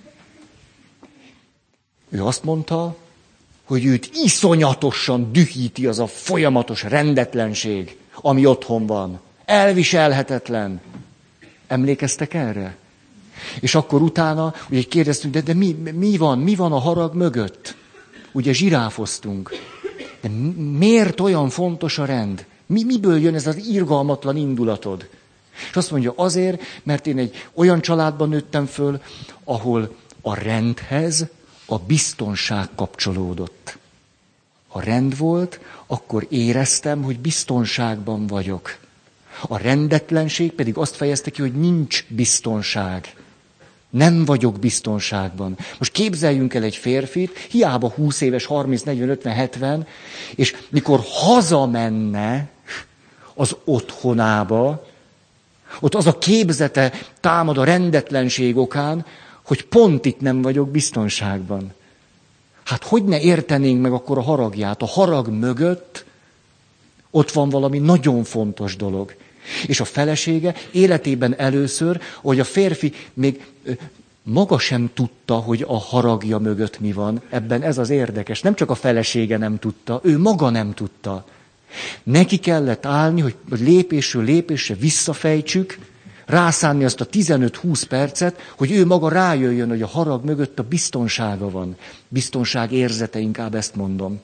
Ő azt mondta, hogy őt iszonyatosan dühíti az a folyamatos rendetlenség, ami otthon van. Elviselhetetlen. Emlékeztek erre? És akkor utána ugye kérdeztünk, de mi van a harag mögött? Ugye zsiráfoztunk. De miért olyan fontos a rend? Miből jön ez az irgalmatlan indulatod? És azt mondja, azért, mert én egy olyan családban nőttem föl, ahol a rendhez a biztonság kapcsolódott. Ha rend volt, akkor éreztem, hogy biztonságban vagyok. A rendetlenség pedig azt fejezte ki, hogy nincs biztonság. Nem vagyok biztonságban. Most képzeljünk el egy férfit, hiába 20 éves, 30, 40, 50, 70, és mikor hazamenne az otthonába, ott az a képzete támad a rendetlenség okán, hogy pont itt nem vagyok biztonságban. Hát hogy ne értenénk meg akkor a haragját? A harag mögött ott van valami nagyon fontos dolog. És a felesége életében először, hogy a férfi még maga sem tudta, hogy a haragja mögött mi van. Ebben ez az érdekes. Nem csak a felesége nem tudta, ő maga nem tudta. Neki kellett állni, hogy lépésről lépésre visszafejtsük, rászánni azt a 15-20 percet, hogy ő maga rájöjjön, hogy a harag mögött a biztonsága van. Biztonság érzete, inkább ezt mondom.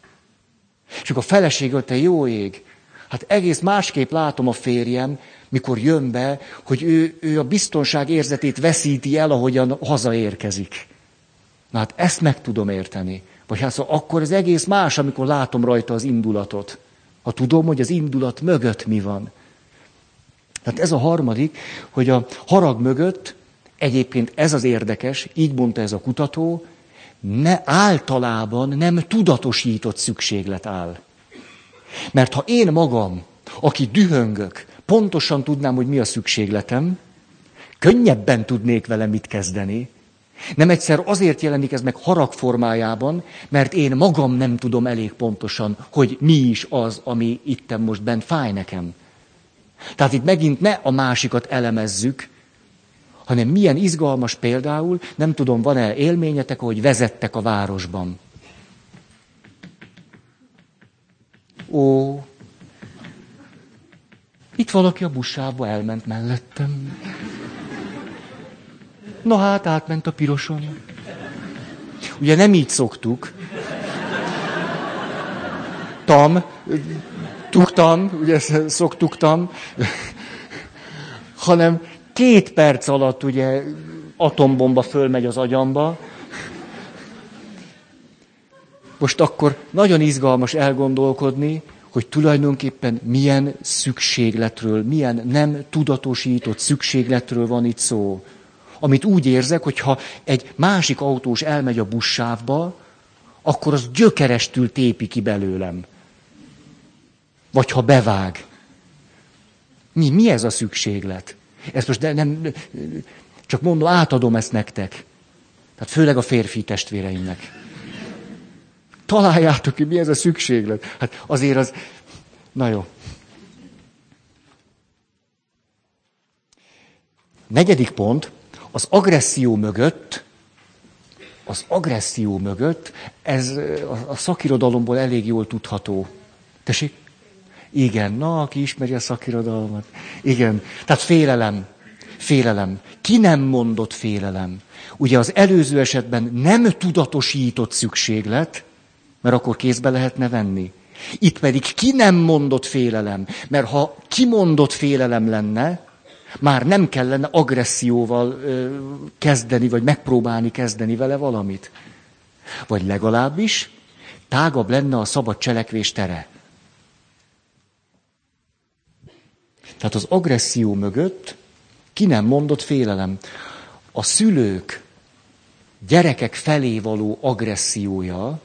És akkor a feleség, hogy te jó ég, hát egész másképp látom a férjem, mikor jön be, hogy ő a biztonság érzetét veszíti el, ahogyan hazaérkezik. Na hát ezt meg tudom érteni. Vagy hát szóval akkor az egész más, amikor látom rajta az indulatot. Ha tudom, hogy az indulat mögött mi van. Tehát ez a harmadik, hogy a harag mögött, egyébként ez az érdekes, így mondta ez a kutató, általában nem tudatosított szükséglet áll. Mert ha én magam, aki dühöngök, pontosan tudnám, hogy mi a szükségletem, könnyebben tudnék vele mit kezdeni. Nem egyszer azért jelenik ez meg harag formájában, mert én magam nem tudom elég pontosan, hogy mi is az, ami itten most bent fáj nekem. Tehát itt megint ne a másikat elemezzük, hanem milyen izgalmas például, nem tudom, van-e élményetek, hogy vezettek a városban. Ó, itt valaki a buszsávba elment mellettem. Na hát, átment a piroson. Ugye nem így szoktuk. Tuktam, ugye szoktuktam, hanem 2 perc alatt ugye atombomba fölmegy az agyamba. Most akkor nagyon izgalmas elgondolkodni, hogy tulajdonképpen milyen szükségletről, milyen nem tudatosított szükségletről van itt szó. Amit úgy érzek, hogy ha egy másik autós elmegy a buszsávba, akkor az gyökerestül tépi ki belőlem. Vagy ha bevág. Mi ez a szükséglet? Ezt most nem, csak mondom, átadom ezt nektek. Tehát főleg a férfi testvéreimnek. Találjátok ki, mi ez a szükséglet. Hát azért az... Na jó. 4. pont, az agresszió mögött, ez a szakirodalomból elég jól tudható. Tessék? Igen, na, aki ismeri a szakirodalmat. Igen, tehát félelem. Ki nem mondott félelem? Ugye az előző esetben nem tudatosított szükséglet, mert akkor kézbe lehetne venni. Itt pedig ki nem mondott félelem, mert ha kimondott félelem lenne, már nem kellene agresszióval kezdeni, vagy megpróbálni kezdeni vele valamit. Vagy legalábbis tágabb lenne a szabad cselekvés tere. Tehát az agresszió mögött ki nem mondott félelem. A szülők gyerekek felé való agressziója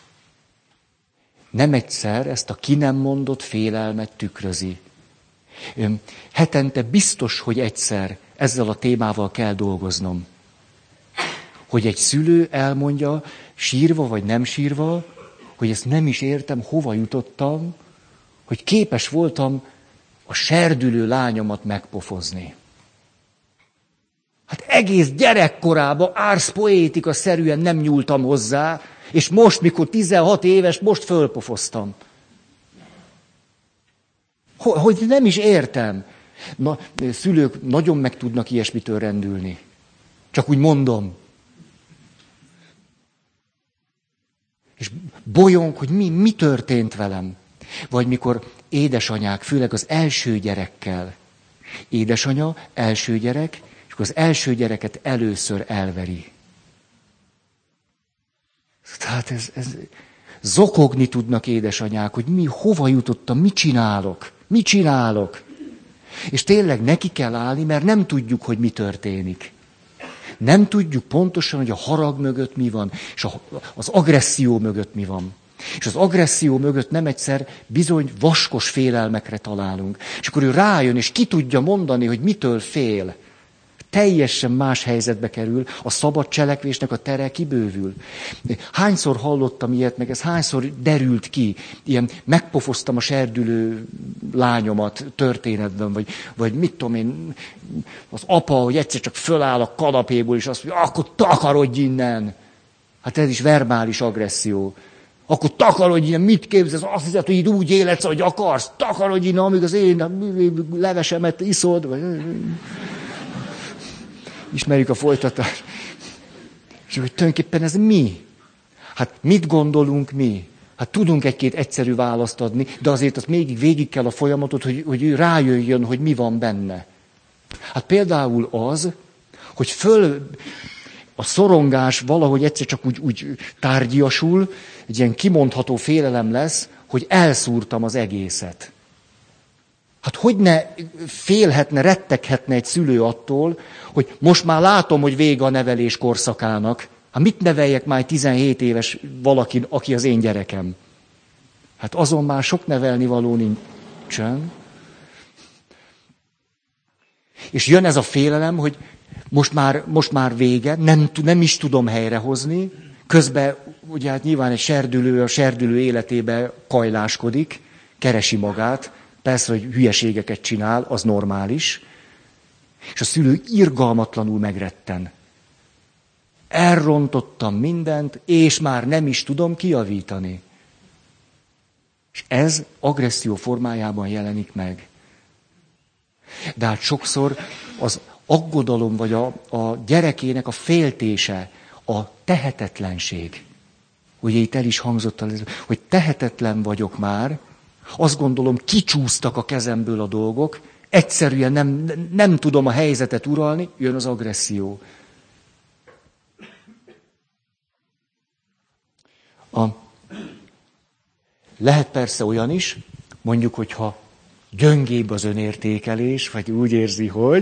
nem egyszer ezt a ki nem mondott félelmet tükrözi. Hetente biztos, hogy egyszer ezzel a témával kell dolgoznom. Hogy egy szülő elmondja, sírva vagy nem sírva, hogy ezt nem is értem, hova jutottam, hogy képes voltam a serdülő lányomat megpofozni. Hát egész gyerekkorában árszpoétika-szerűen nem nyúltam hozzá, és most, mikor 16 éves, most fölpofoztam. Hogy nem is értem. Na, szülők nagyon meg tudnak ilyesmitől rendülni. Csak úgy mondom. És bolyong, hogy mi történt velem. Vagy mikor édesanyák, főleg az első gyerekkel. Édesanya, első gyerek, és akkor az első gyereket először elveri. Tehát ez zokogni tudnak édesanyák, hogy hova jutottam, mit csinálok. És tényleg neki kell állni, mert nem tudjuk, hogy mi történik. Nem tudjuk pontosan, hogy a harag mögött mi van, és az agresszió mögött mi van. És az agresszió mögött nem egyszer bizony vaskos félelmekre találunk. És akkor ő rájön, és ki tudja mondani, hogy mitől fél. Teljesen más helyzetbe kerül, a szabad cselekvésnek a tere kibővül. Hányszor hallottam ilyet, meg ez hányszor derült ki, ilyen megpofoztam a serdülő lányomat történetben, vagy mit tudom én, az apa, hogy egyszer csak föláll a kanapéból, és azt mondja, akkor takarodj innen. Hát ez is verbális agresszió. Akkor takarodj innen, mit képzelsz? Azt hiszed, hogy így úgy életsz, hogy akarsz? Takarodj innen, amíg az én levesemet iszod. Ismerjük a folytatást. És hogy tulajdonképpen ez mi? Hát mit gondolunk mi? Hát tudunk egy-két egyszerű választ adni, de azért azt még végig kell a folyamatot, hogy ő rájöjjön, hogy mi van benne. Hát például az, hogy a szorongás valahogy egyszer csak úgy tárgyiasul, egy ilyen kimondható félelem lesz, hogy elszúrtam az egészet. Hát hogy ne félhetne, retteghetne egy szülő attól, hogy most már látom, hogy vége a nevelés korszakának. Hát mit neveljek már egy 17 éves valakin, aki az én gyerekem? Hát azon már sok nevelnivaló nincsen. És jön ez a félelem, hogy most már vége, nem is tudom helyrehozni. Közben ugye hát nyilván egy serdülő a serdülő életébe kajláskodik, keresi magát. Persze, hogy hülyeségeket csinál, az normális. És a szülő irgalmatlanul megretten. Elrontottam mindent, és már nem is tudom kijavítani. És ez agresszió formájában jelenik meg. De hát sokszor az aggodalom, vagy a gyerekének a féltése, a tehetetlenség. Ugye itt el is hangzott, hogy tehetetlen vagyok már, azt gondolom, kicsúsztak a kezemből a dolgok, egyszerűen nem tudom a helyzetet uralni, jön az agresszió. Lehet persze olyan is, mondjuk, hogyha gyöngébb az önértékelés, vagy úgy érzi,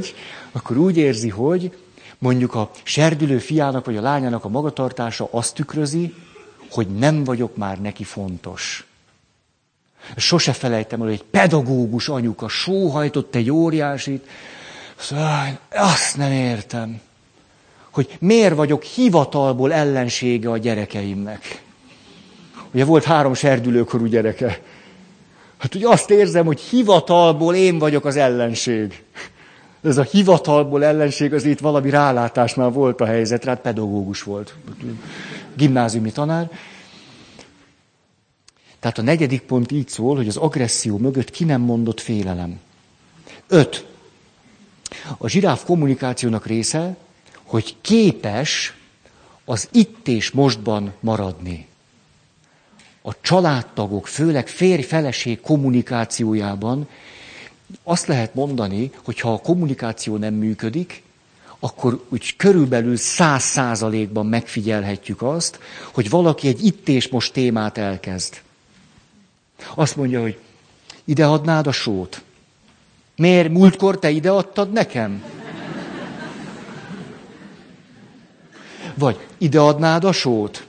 hogy mondjuk a serdülő fiának vagy a lányának a magatartása azt tükrözi, hogy nem vagyok már neki fontos. Sose felejtem el, hogy egy pedagógus anyuka sóhajtott egy óriásit, azt nem értem, hogy miért vagyok hivatalból ellensége a gyerekeimnek. Ugye volt 3 serdülőkorú gyereke. Hát ugye azt érzem, hogy hivatalból én vagyok az ellenség. Ez a hivatalból ellenség, az itt valami rálátás már volt a helyzetre, hát pedagógus volt, gimnáziumi tanár. Tehát a 4. pont így szól, hogy az agresszió mögött ki nem mondott félelem. 5. A zsiráf kommunikációnak része, hogy képes az itt és mostban maradni. A családtagok, főleg férj-feleség kommunikációjában azt lehet mondani, hogy ha a kommunikáció nem működik, akkor úgy körülbelül 100%-ban megfigyelhetjük azt, hogy valaki egy itt és most témát elkezd. Azt mondja, hogy ideadnád a sót. Miért? Múltkor te ideadtad nekem? Vagy ide adnád a sót?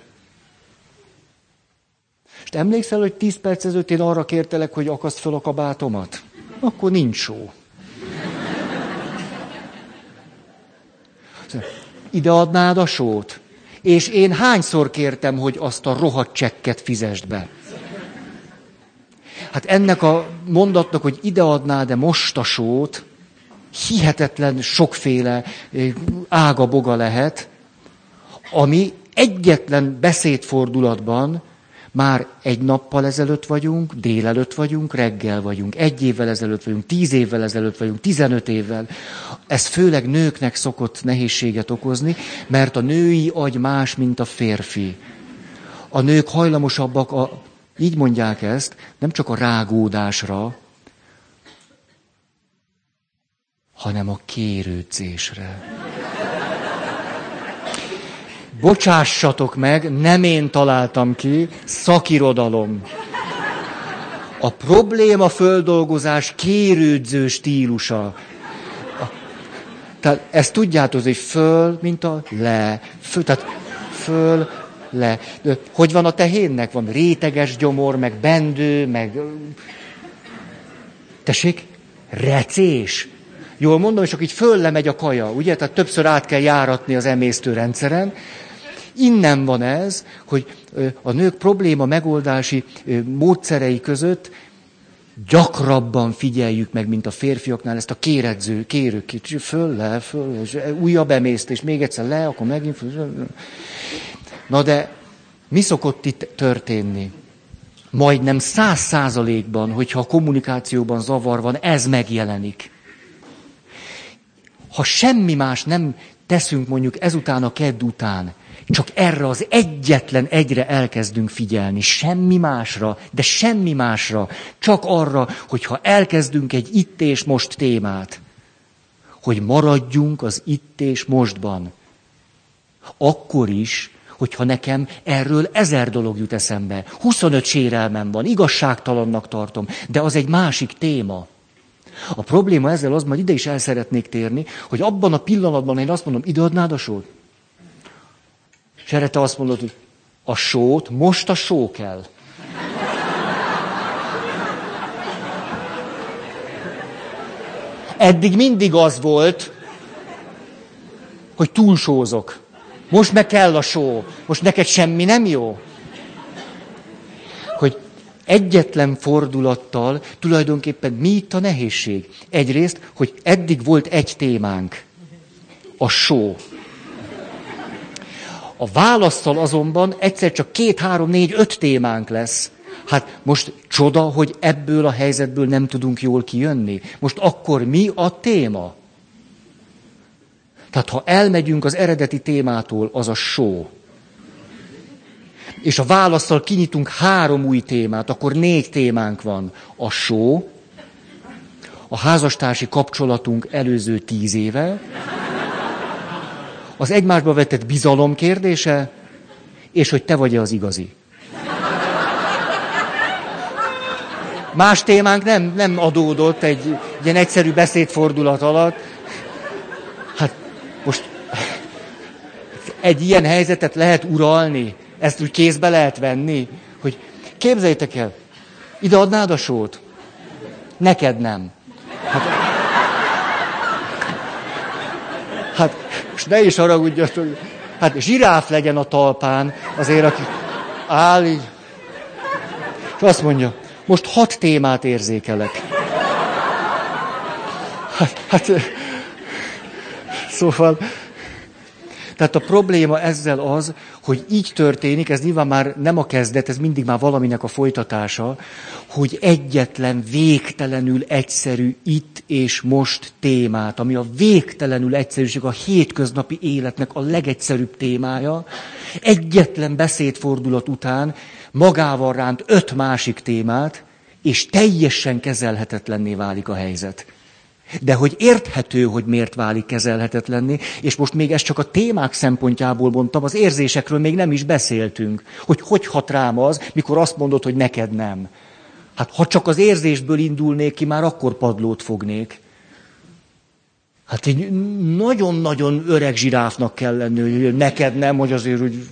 És emlékszel, hogy 10 perc ezelőtt én arra kértelek, hogy akaszd fel a kabátomat? Akkor nincs só. Ide adnád a sót? És én hányszor kértem, hogy azt a rohadt csekket fizesd be? Hát ennek a mondatnak, hogy ide adnád-e most a sót, hihetetlen sokféle ága-boga lehet, ami egyetlen beszédfordulatban már egy nappal ezelőtt vagyunk, délelőtt vagyunk, reggel vagyunk, 1 évvel ezelőtt vagyunk, 10 évvel ezelőtt vagyunk, 15 évvel. Ez főleg nőknek szokott nehézséget okozni, mert a női agy más, mint a férfi. A nők hajlamosabbak, így mondják ezt, nem csak a rágódásra, hanem a kérődzésre. Bocsássatok meg, nem én találtam ki, szakirodalom. A probléma földolgozás kérődző stílusa. Tehát ezt tudjátok, hogy föl, mint a le. Föl, tehát föl, le. De hogy van a tehénnek? Van réteges gyomor, meg bendő, meg... Tessék? Recés. Jól mondom, és akkor így fölle megy a kaja, ugye? Tehát többször át kell járatni az emésztőrendszeren. Innen van ez, hogy a nők probléma megoldási módszerei között gyakrabban figyeljük meg, mint a férfiaknál ezt a kérő, föl, le, újabb emésztés, még egyszer le, akkor megint föl. Na de mi szokott itt történni? Majdnem 100%-ban, hogyha a kommunikációban zavar van, ez megjelenik. Ha semmi más nem teszünk mondjuk ezután a kedd után, csak erre az egyetlen egyre elkezdünk figyelni, semmi másra, de semmi másra, csak arra, hogyha elkezdünk egy itt és most témát, hogy maradjunk az itt és mostban. Akkor is, hogyha nekem erről 1000 dolog jut eszembe, 25 sérelmem van, igazságtalannak tartom, de az egy másik téma. A probléma ezzel az, majd ide is el szeretnék térni, hogy abban a pillanatban én azt mondom, ide adnád a sót? És erre te azt mondod, hogy a sót, most a só kell. Eddig mindig az volt, hogy túlsózok. Most meg kell a só. Most neked semmi nem jó? Hogy egyetlen fordulattal tulajdonképpen mi itt a nehézség? Egyrészt, hogy eddig volt egy témánk. A só. A válasszal azonban egyszer csak 2, 3, 4, 5 témánk lesz. Hát most csoda, hogy ebből a helyzetből nem tudunk jól kijönni. Most akkor mi a téma? Tehát ha elmegyünk az eredeti témától, az a só. És a válasszal kinyitunk 3 új témát, akkor 4 témánk van. A só, a házastársi kapcsolatunk előző 10 éve, az egymásba vetett bizalom kérdése, és hogy te vagy-e az igazi. Más témánk nem adódott egy ilyen egyszerű beszédfordulat alatt. Hát most egy ilyen helyzetet lehet uralni, ezt úgy kézbe lehet venni, hogy képzeljétek el, ide adnád a sót? Neked nem. Hát most ne is haragudjatok, hát zsiráf legyen a talpán, azért aki áll így. És azt mondja, most 6 témát érzékelek. Hát szóval, tehát a probléma ezzel az, hogy így történik, ez nyilván már nem a kezdet, ez mindig már valaminek a folytatása, hogy egyetlen végtelenül egyszerű itt és most témát, ami a végtelenül egyszerűség, a hétköznapi életnek a legegyszerűbb témája, egyetlen beszédfordulat után magával ránt 5 másik témát, és teljesen kezelhetetlenné válik a helyzet. De hogy érthető, hogy miért válik kezelhetetlenné, és most még ezt csak a témák szempontjából mondtam, az érzésekről még nem is beszéltünk, hogy hat rám az, mikor azt mondod, hogy neked nem. Hát ha csak az érzésből indulnék ki, már akkor padlót fognék. Hát egy nagyon-nagyon öreg zsiráfnak kell lenni, hogy neked nem, hogy azért úgy...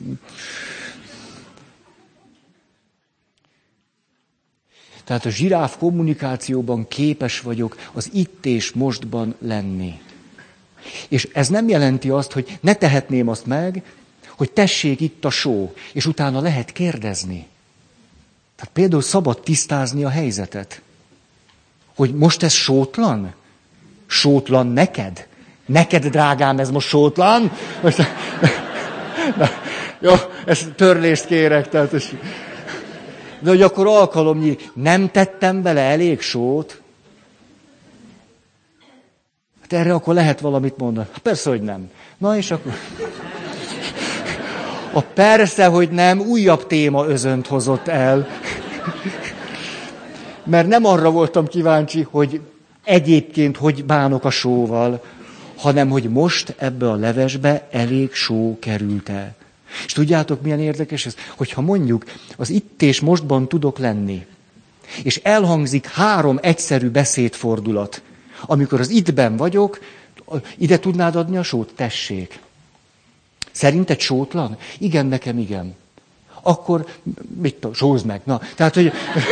Tehát a zsiráf kommunikációban képes vagyok az itt és mostban lenni. És ez nem jelenti azt, hogy ne tehetném azt meg, hogy tessék itt a só, és utána lehet kérdezni. Tehát például szabad tisztázni a helyzetet. Hogy most ez sótlan? Sótlan neked? Neked, drágám, ez most sótlan? Most... Na, jó, ezt törlést kérek. Tehát... De hogy akkor alkalomnyi, nem tettem bele elég sót? Hát erre akkor lehet valamit mondani. Hát persze, hogy nem. Na és akkor... A persze, hogy nem, újabb téma özönt hozott el. Mert nem arra voltam kíváncsi, hogy egyébként hogy bánok a sóval, hanem hogy most ebbe a levesbe elég só került-e. És tudjátok, milyen érdekes ez? Hogyha mondjuk az itt és mostban tudok lenni, és elhangzik 3 egyszerű beszédfordulat, amikor az ittben vagyok, ide tudnád adni a sót? Tessék. Szerinted sótlan? Igen, nekem igen. Akkor, mit tudom, sózd meg. Na, tehát, hogy...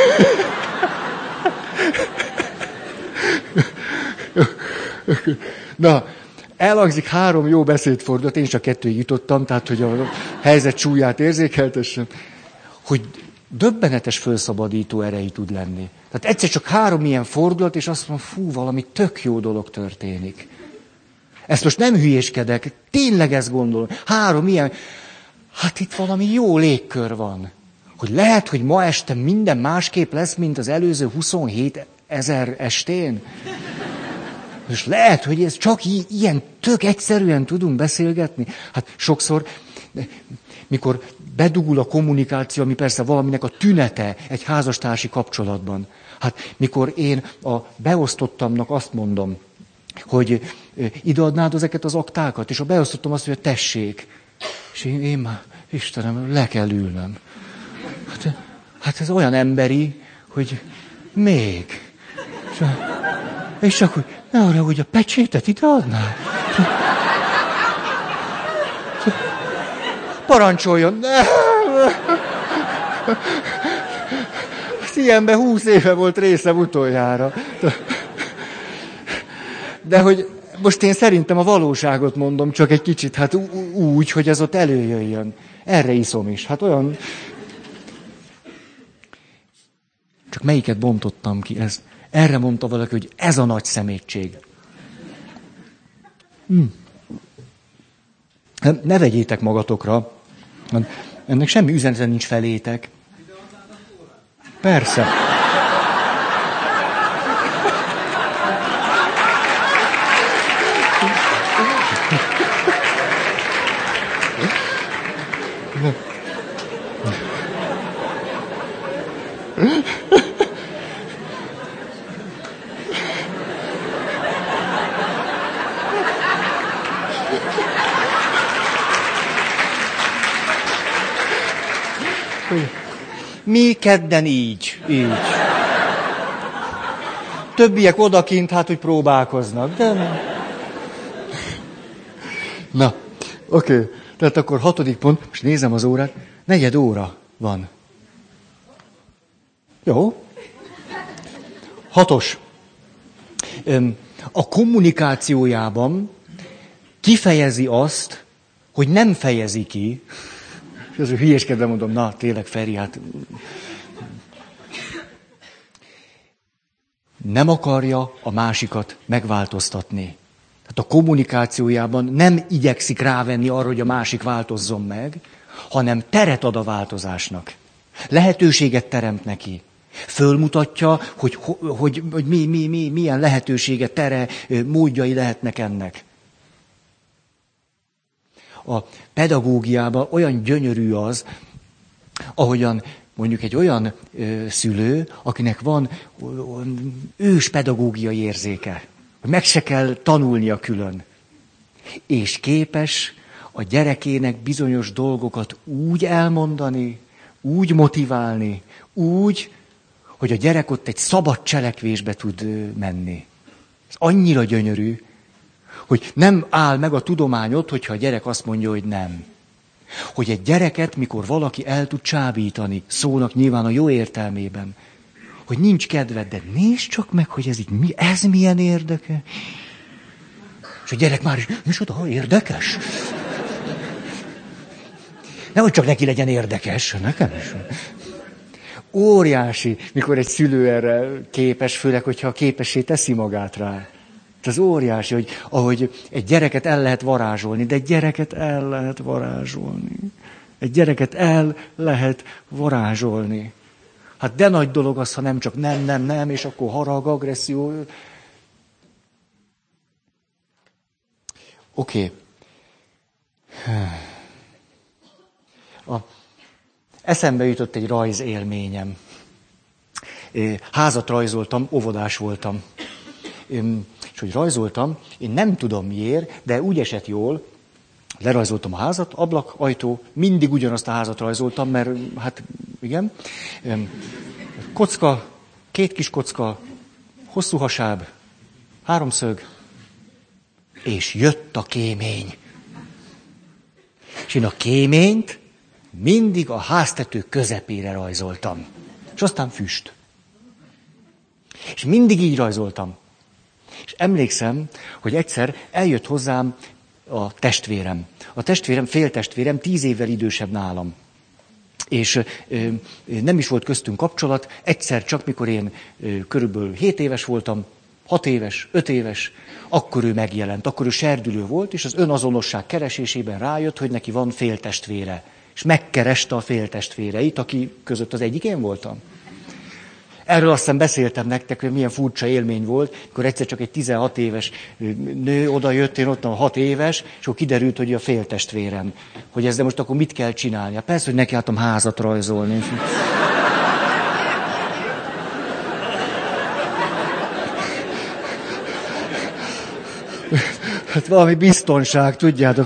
Na, elhangzik 3 jó beszédfordulat, én csak 2-ig jutottam, tehát, hogy a helyzet súlyát érzékeltessem, hogy döbbenetes felszabadító erejű tud lenni. Tehát egyszer csak 3 ilyen fordulat, és azt mondom, fú, valami tök jó dolog történik. Ezt most nem hülyéskedek, tényleg ezt gondolom. 3 ilyen, hát itt valami jó légkör van. Hogy lehet, hogy ma este minden másképp lesz, mint az előző 27 000 estén. És lehet, hogy ez csak ilyen tök egyszerűen tudunk beszélgetni. Hát sokszor, mikor bedugul a kommunikáció, ami persze valaminek a tünete egy házastársi kapcsolatban. Hát mikor én a beosztottamnak azt mondom, hogy ideadnád ezeket az aktákat, és a beosztottam azt, hogy tessék. És én már, Istenem, le kell ülnöm. Hát ez olyan emberi, hogy még. És csak, hogy ne arra, hogy a pecsétet ideadnál. Parancsoljon. Ilyenben 20 éve volt részem utoljára. De hogy most én szerintem a valóságot mondom, csak egy kicsit, hát úgy, hogy ez ott előjöjjön. Erre iszom is. Hát olyan... Csak melyiket bontottam ki? Erre mondta valaki, hogy ez a nagy szemétség. Ne vegyétek magatokra. Ennek semmi üzenete nincs felétek. Persze. Mi kedden így. Többiek odakint, hát, hogy próbálkoznak. De... Na, oké. Tehát akkor 6. pont, most nézem az órát, 4 óra van. Jó. 6. A kommunikációjában kifejezi azt, hogy nem fejezi ki. És az hülyéskedve mondom, na tényleg Feri, hát... Nem akarja a másikat megváltoztatni. Tehát a kommunikációjában nem igyekszik rávenni arra, hogy a másik változzon meg, hanem teret ad a változásnak. Lehetőséget teremt neki. Fölmutatja, hogy milyen lehetősége, tere, módjai lehetnek ennek. A pedagógiában olyan gyönyörű az, ahogyan mondjuk egy olyan szülő, akinek van ős pedagógiai érzéke, meg se kell tanulnia külön, és képes a gyerekének bizonyos dolgokat úgy elmondani, úgy motiválni, úgy, hogy a gyerek ott egy szabad cselekvésbe tud menni. Ez annyira gyönyörű, Hogy nem áll meg a tudományot, hogyha a gyerek azt mondja, hogy nem. Hogy egy gyereket, mikor valaki el tud csábítani, szónak nyilván a jó értelmében, hogy nincs kedved, de nézd csak meg, hogy ez milyen érdekes. És a gyerek már is, micsoda, érdekes? Nehogy csak neki legyen érdekes, nekem is. Óriási, mikor egy szülő erre képes, főleg, hogyha képessé teszi magát rá. Ez óriási, hogy ahogy egy gyereket el lehet varázsolni, de egy gyereket el lehet varázsolni. Egy gyereket el lehet varázsolni. Hát de nagy dolog az, ha nem csak nem, és akkor harag, agresszió. Oké. Eszembe jutott egy rajzélményem. Házat rajzoltam, óvodás voltam. És hogy rajzoltam, én nem tudom miért, de úgy esett jól, lerajzoltam a házat, ablak, ajtó, mindig ugyanazt a házat rajzoltam, mert hát igen. Kocka, 2 kis kocka, hosszú hasáb, 3 szög, és jött a kémény. És én a kéményt mindig a háztető közepére rajzoltam. És aztán füst. És mindig így rajzoltam. És emlékszem, hogy egyszer eljött hozzám a testvérem. A testvérem, féltestvérem 10 évvel idősebb nálam. És nem is volt köztünk kapcsolat, egyszer csak, mikor én körülbelül 7 éves voltam, 6 éves, 5 éves, akkor ő megjelent, akkor ő serdülő volt, és az önazonosság keresésében rájött, hogy neki van féltestvére. És megkereste a féltestvéreit, aki között az egyik én voltam. Erről azt hiszem beszéltem nektek, hogy milyen furcsa élmény volt, amikor egyszer csak egy 16 éves nő odajött, én ott 6 éves, és akkor kiderült, hogy a féltestvérem. Hogy ezzel most akkor mit kell csinálnia? Persze, hogy neki álltam házat rajzolni. Hát valami biztonság, tudjátok.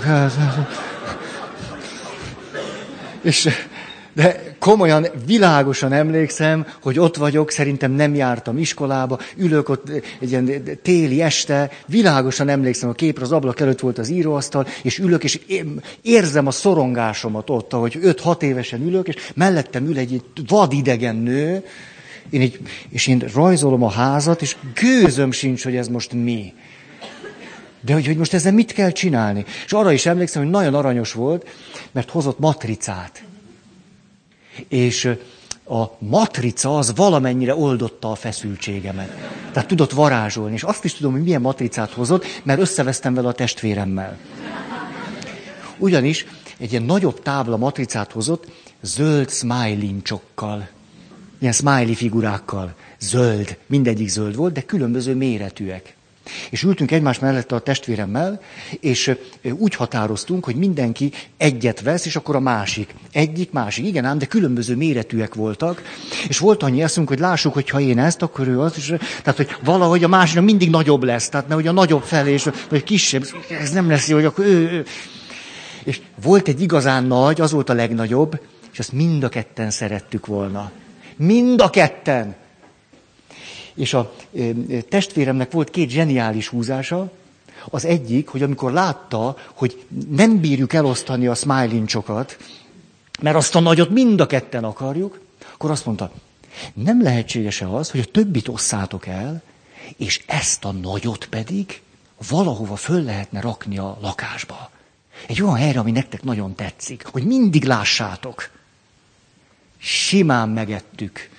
De komolyan, világosan emlékszem, hogy ott vagyok, szerintem nem jártam iskolába, ülök ott egy ilyen téli este, világosan emlékszem a képre, az ablak előtt volt az íróasztal, és ülök, és érzem a szorongásomat ott, ahogy 5-6 évesen ülök, és mellettem ül egy vadidegen nő, és én rajzolom a házat, és gőzöm sincs, hogy ez most mi. De hogy most ezzel mit kell csinálni? És arra is emlékszem, hogy nagyon aranyos volt, mert hozott matricát. És a matrica az valamennyire oldotta a feszültségemet. Tehát tudott varázsolni. És azt is tudom, hogy milyen matricát hozott, mert összevesztem vele a testvéremmel. Ugyanis egy ilyen nagyobb tábla matricát hozott, zöld smiley-csokkal. Ilyen smiley figurákkal. Zöld. Mindegyik zöld volt, de különböző méretűek. És ültünk egymás mellett a testvéremmel, és úgy határoztunk, hogy mindenki egyet vesz, és akkor a másik. Egyik, másik. Igen ám, de különböző méretűek voltak. És volt annyi eszünk, hogy lássuk, hogy ha én ezt, akkor ő az. És, tehát, hogy valahogy a másiknak mindig nagyobb lesz. Tehát, hogy a nagyobb felé, és vagy kisebb. Ez nem lesz jó, hogy akkor ő. És volt egy igazán nagy, az volt a legnagyobb, és azt mind a ketten szerettük volna. Mind a ketten! És a testvéremnek volt 2 zseniális húzása. Az egyik, hogy amikor látta, hogy nem bírjuk elosztani a smiley-csokat, mert azt a nagyot mind a ketten akarjuk, akkor azt mondta, nem lehetséges-e az, hogy a többit osszátok el, és ezt a nagyot pedig valahova föl lehetne rakni a lakásba. Egy olyan helyre, ami nektek nagyon tetszik, hogy mindig lássátok. Simán megettük.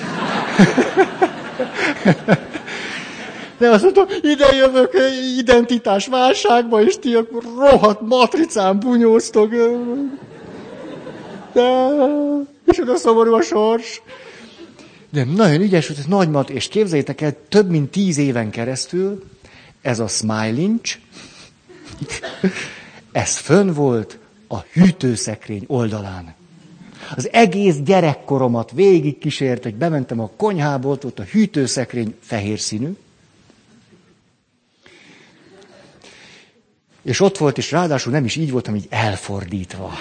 De azt mondtam, ide jövök identitásválságba, és ti akkor rohadt matricán bunyóztok. De, és oda szomorú a sors. De nagyon ügyes volt, ez nagy és képzeljétek el, több mint 10 éven keresztül ez a smiley-c, ez fönn volt a hűtőszekrény oldalán. Az egész gyerekkoromat végig kísért, hogy bementem a konyhába, ott volt a hűtőszekrény fehér színű. És ott volt, és ráadásul nem is így voltam, így elfordítva.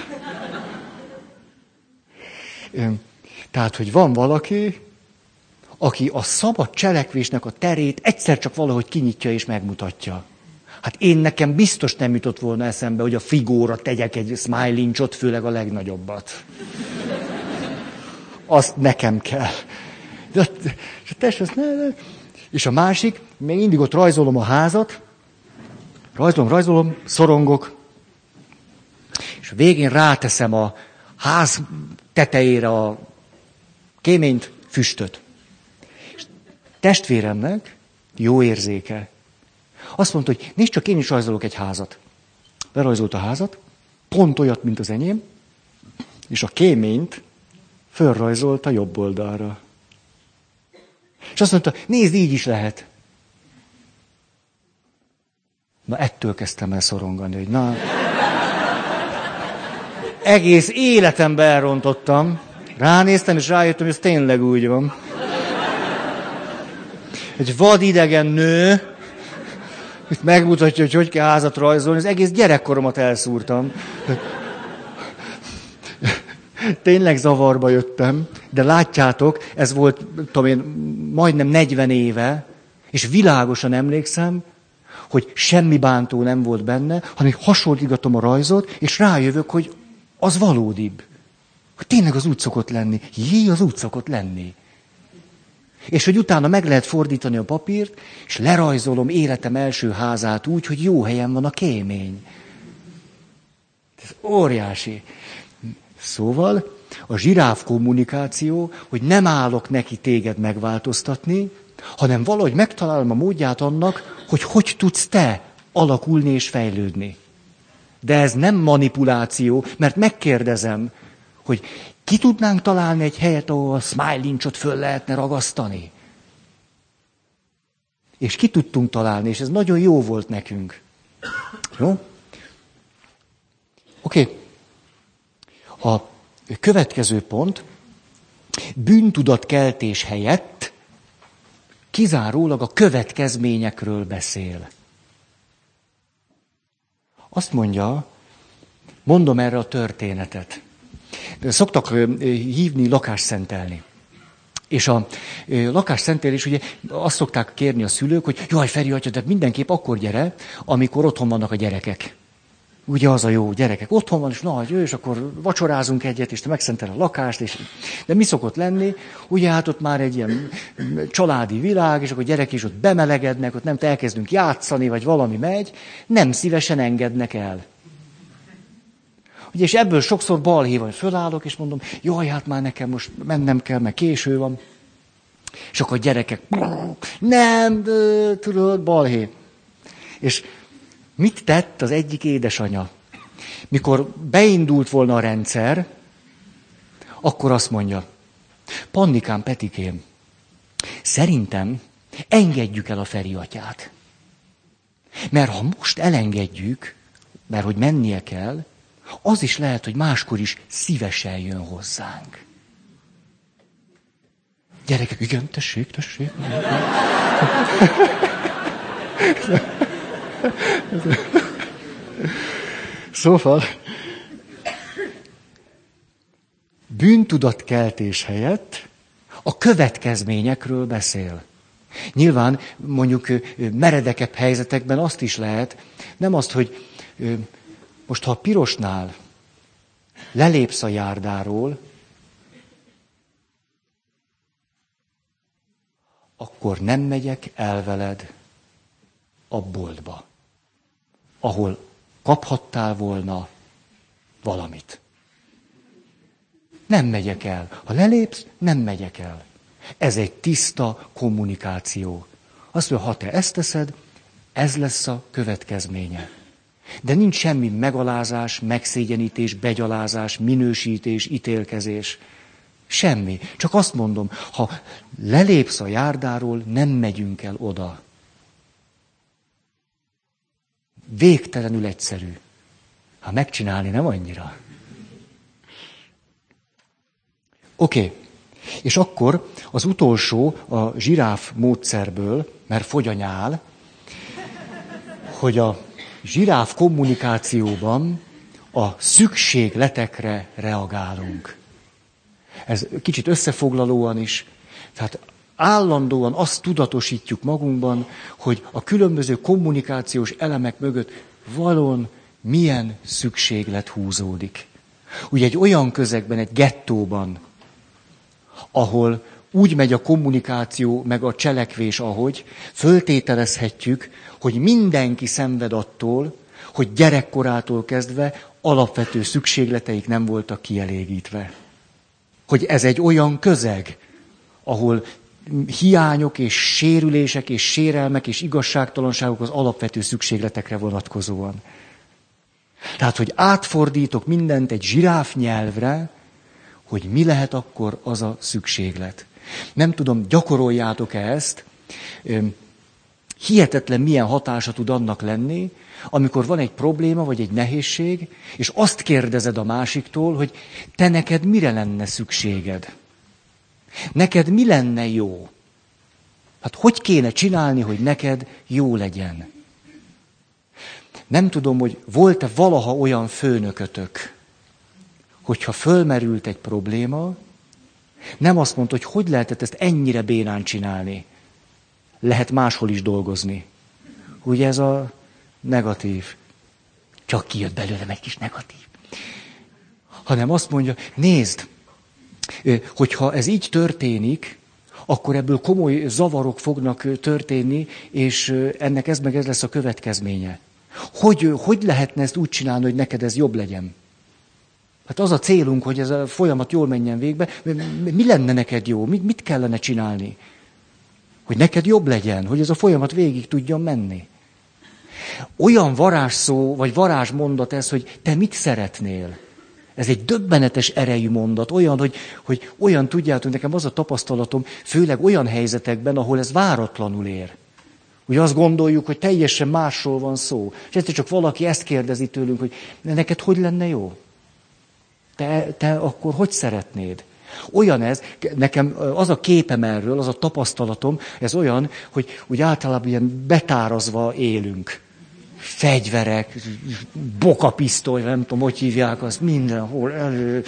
Tehát, hogy van valaki, aki a szabad cselekvésnek a terét egyszer csak valahogy kinyitja és megmutatja. Hát én nekem biztos nem jutott volna eszembe, hogy a frigóra tegyek egy smilincsot, főleg a legnagyobbat. Azt nekem kell. És a másik, még mindig ott rajzolom a házat, rajzolom, szorongok, és a végén ráteszem a ház tetejére a kéményt, füstöt. És testvéremnek jó érzéke. Azt mondta, hogy nézd csak, én is rajzolok egy házat. Lerajzolt a házat, pont olyat, mint az enyém, és a kéményt fölrajzolt a jobb oldalra. És azt mondta, nézd, így is lehet. Na, ettől kezdtem el szorongani, hogy na... Egész életemben elrontottam. Ránéztem, és rájöttem, hogy ez tényleg úgy van. Egy vadidegen nő, itt megmutatja, hogy kell házat rajzolni, az egész gyerekkoromat elszúrtam. Tényleg zavarba jöttem, de látjátok, ez volt, tudom én, majdnem 40 éve, és világosan emlékszem, hogy semmi bántó nem volt benne, hanem hasonlítgatom a rajzot, és rájövök, hogy az valódibb. Hogy tényleg az úgy szokott lenni. Az úgy szokott lenni. És hogy utána meg lehet fordítani a papírt, és lerajzolom életem első házát úgy, hogy jó helyen van a kémény. Ez óriási. Szóval a zsiráf kommunikáció, hogy nem állok neki téged megváltoztatni, hanem valahogy megtalálom a módját annak, hogy tudsz te alakulni és fejlődni. De ez nem manipuláció, mert megkérdezem, hogy ki tudnánk találni egy helyet, ahol a smilincsot föl lehetne ragasztani. És ki tudtunk találni, és ez nagyon jó volt nekünk. Jó? Oké. A következő pont, bűntudatkeltés helyett kizárólag a következményekről beszél. Azt mondja, mondom erre a történetet. Szoktak hívni lakásszentelni. És a lakásszentelés, ugye azt szokták kérni a szülők, hogy jaj, Feri atya, de mindenképp akkor gyere, amikor otthon vannak a gyerekek. Ugye az a jó, gyerekek otthon van, és nagy, és akkor vacsorázunk egyet, és te megszentel a lakást, és... De mi szokott lenni? Ugye hát ott már egy ilyen családi világ, és akkor a gyerek is ott bemelegednek, ott nem elkezdünk játszani, vagy valami megy, nem szívesen engednek el. Ugye, és ebből sokszor balhé van, fölállok, és mondom, jaj, hát már nekem most mennem kell, mert késő van. És akkor a gyerekek, nem, tudod, balhé. És mit tett az egyik édesanya? Mikor beindult volna a rendszer, akkor azt mondja, Pannikám, Petikém, szerintem engedjük el a Feri atyát. Mert ha most elengedjük, mert hogy mennie kell, az is lehet, hogy máskor is szívesen jön hozzánk. Gyerekek, igen, tessék. Szóval, bűntudatkeltés helyett a következményekről beszél. Nyilván mondjuk meredekebb helyzetekben azt is lehet, nem azt, hogy most ha a pirosnál lelépsz a járdáról, akkor nem megyek el veled a boltba, ahol kaphattál volna valamit. Nem megyek el. Ha lelépsz, nem megyek el. Ez egy tiszta kommunikáció. Azt mondja, ha te ezt teszed, ez lesz a következménye. De nincs semmi megalázás, megszégyenítés, begyalázás, minősítés, ítélkezés. Semmi. Csak azt mondom, ha lelépsz a járdáról, nem megyünk el oda. Végtelenül egyszerű. Ha megcsinálni, nem annyira. Oké. És akkor az utolsó a zsiráf módszerből, mert fogy a nyál, hogy a zsiráf kommunikációban a szükségletekre reagálunk. Ez kicsit összefoglalóan is. Tehát állandóan azt tudatosítjuk magunkban, hogy a különböző kommunikációs elemek mögött valóban milyen szükséglet húzódik. Ugye egy olyan közegben, egy gettóban, ahol úgy megy a kommunikáció, meg a cselekvés, ahogy föltételezhetjük, hogy mindenki szenved attól, hogy gyerekkorától kezdve alapvető szükségleteik nem voltak kielégítve. Hogy ez egy olyan közeg, ahol hiányok és sérülések és sérelmek és igazságtalanságok az alapvető szükségletekre vonatkozóan. Tehát, hogy átfordítok mindent egy zsiráf nyelvre, hogy mi lehet akkor az a szükséglet. Nem tudom, gyakoroljátok-e ezt, hihetetlen milyen hatása tud annak lenni, amikor van egy probléma vagy egy nehézség, és azt kérdezed a másiktól, hogy te neked mire lenne szükséged? Neked mi lenne jó? Hát hogy kéne csinálni, hogy neked jó legyen? Nem tudom, hogy volt-e valaha olyan főnökötök, hogyha fölmerült egy probléma, nem azt mondta, hogy lehetett ezt ennyire bénán csinálni. Lehet máshol is dolgozni. Ugye ez a negatív. Csak kijött belőlem egy kis negatív. Hanem azt mondja, nézd, hogyha ez így történik, akkor ebből komoly zavarok fognak történni, és ennek ez meg ez lesz a következménye. Hogy lehetne ezt úgy csinálni, hogy neked ez jobb legyen? Hát az a célunk, hogy ez a folyamat jól menjen végbe. Mi lenne neked jó? Mit kellene csinálni? Hogy neked jobb legyen, hogy ez a folyamat végig tudjon menni. Olyan varázsszó, vagy varázsmondat ez, hogy te mit szeretnél? Ez egy döbbenetes erejű mondat, olyan, hogy olyan tudjátok, nekem az a tapasztalatom, főleg olyan helyzetekben, ahol ez váratlanul ér. Ugye azt gondoljuk, hogy teljesen másról van szó. És egyszer csak valaki ezt kérdezi tőlünk, hogy neked hogy lenne jó? Te akkor hogy szeretnéd? Olyan ez, nekem az a képem erről, az a tapasztalatom, ez olyan, hogy úgy általában ilyen betárazva élünk. Fegyverek, bokapisztoly, nem tudom, hogy hívják azt, mindenhol elő.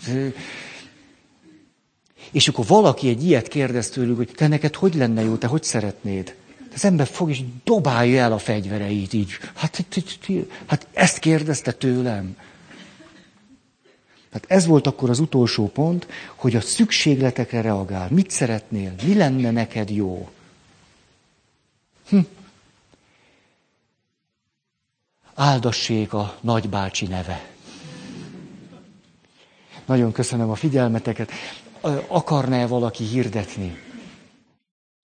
És akkor valaki egy ilyet kérdez tőlük, hogy te neked hogy lenne jó, te hogy szeretnéd? Az ember fog és dobálja el a fegyvereit így. Hát ezt kérdezte tőlem. Hát ez volt akkor az utolsó pont, hogy a szükségletekre reagál. Mit szeretnél? Mi lenne neked jó? Áldassék a nagybácsi neve. Nagyon köszönöm a figyelmeteket. Akarná valaki hirdetni?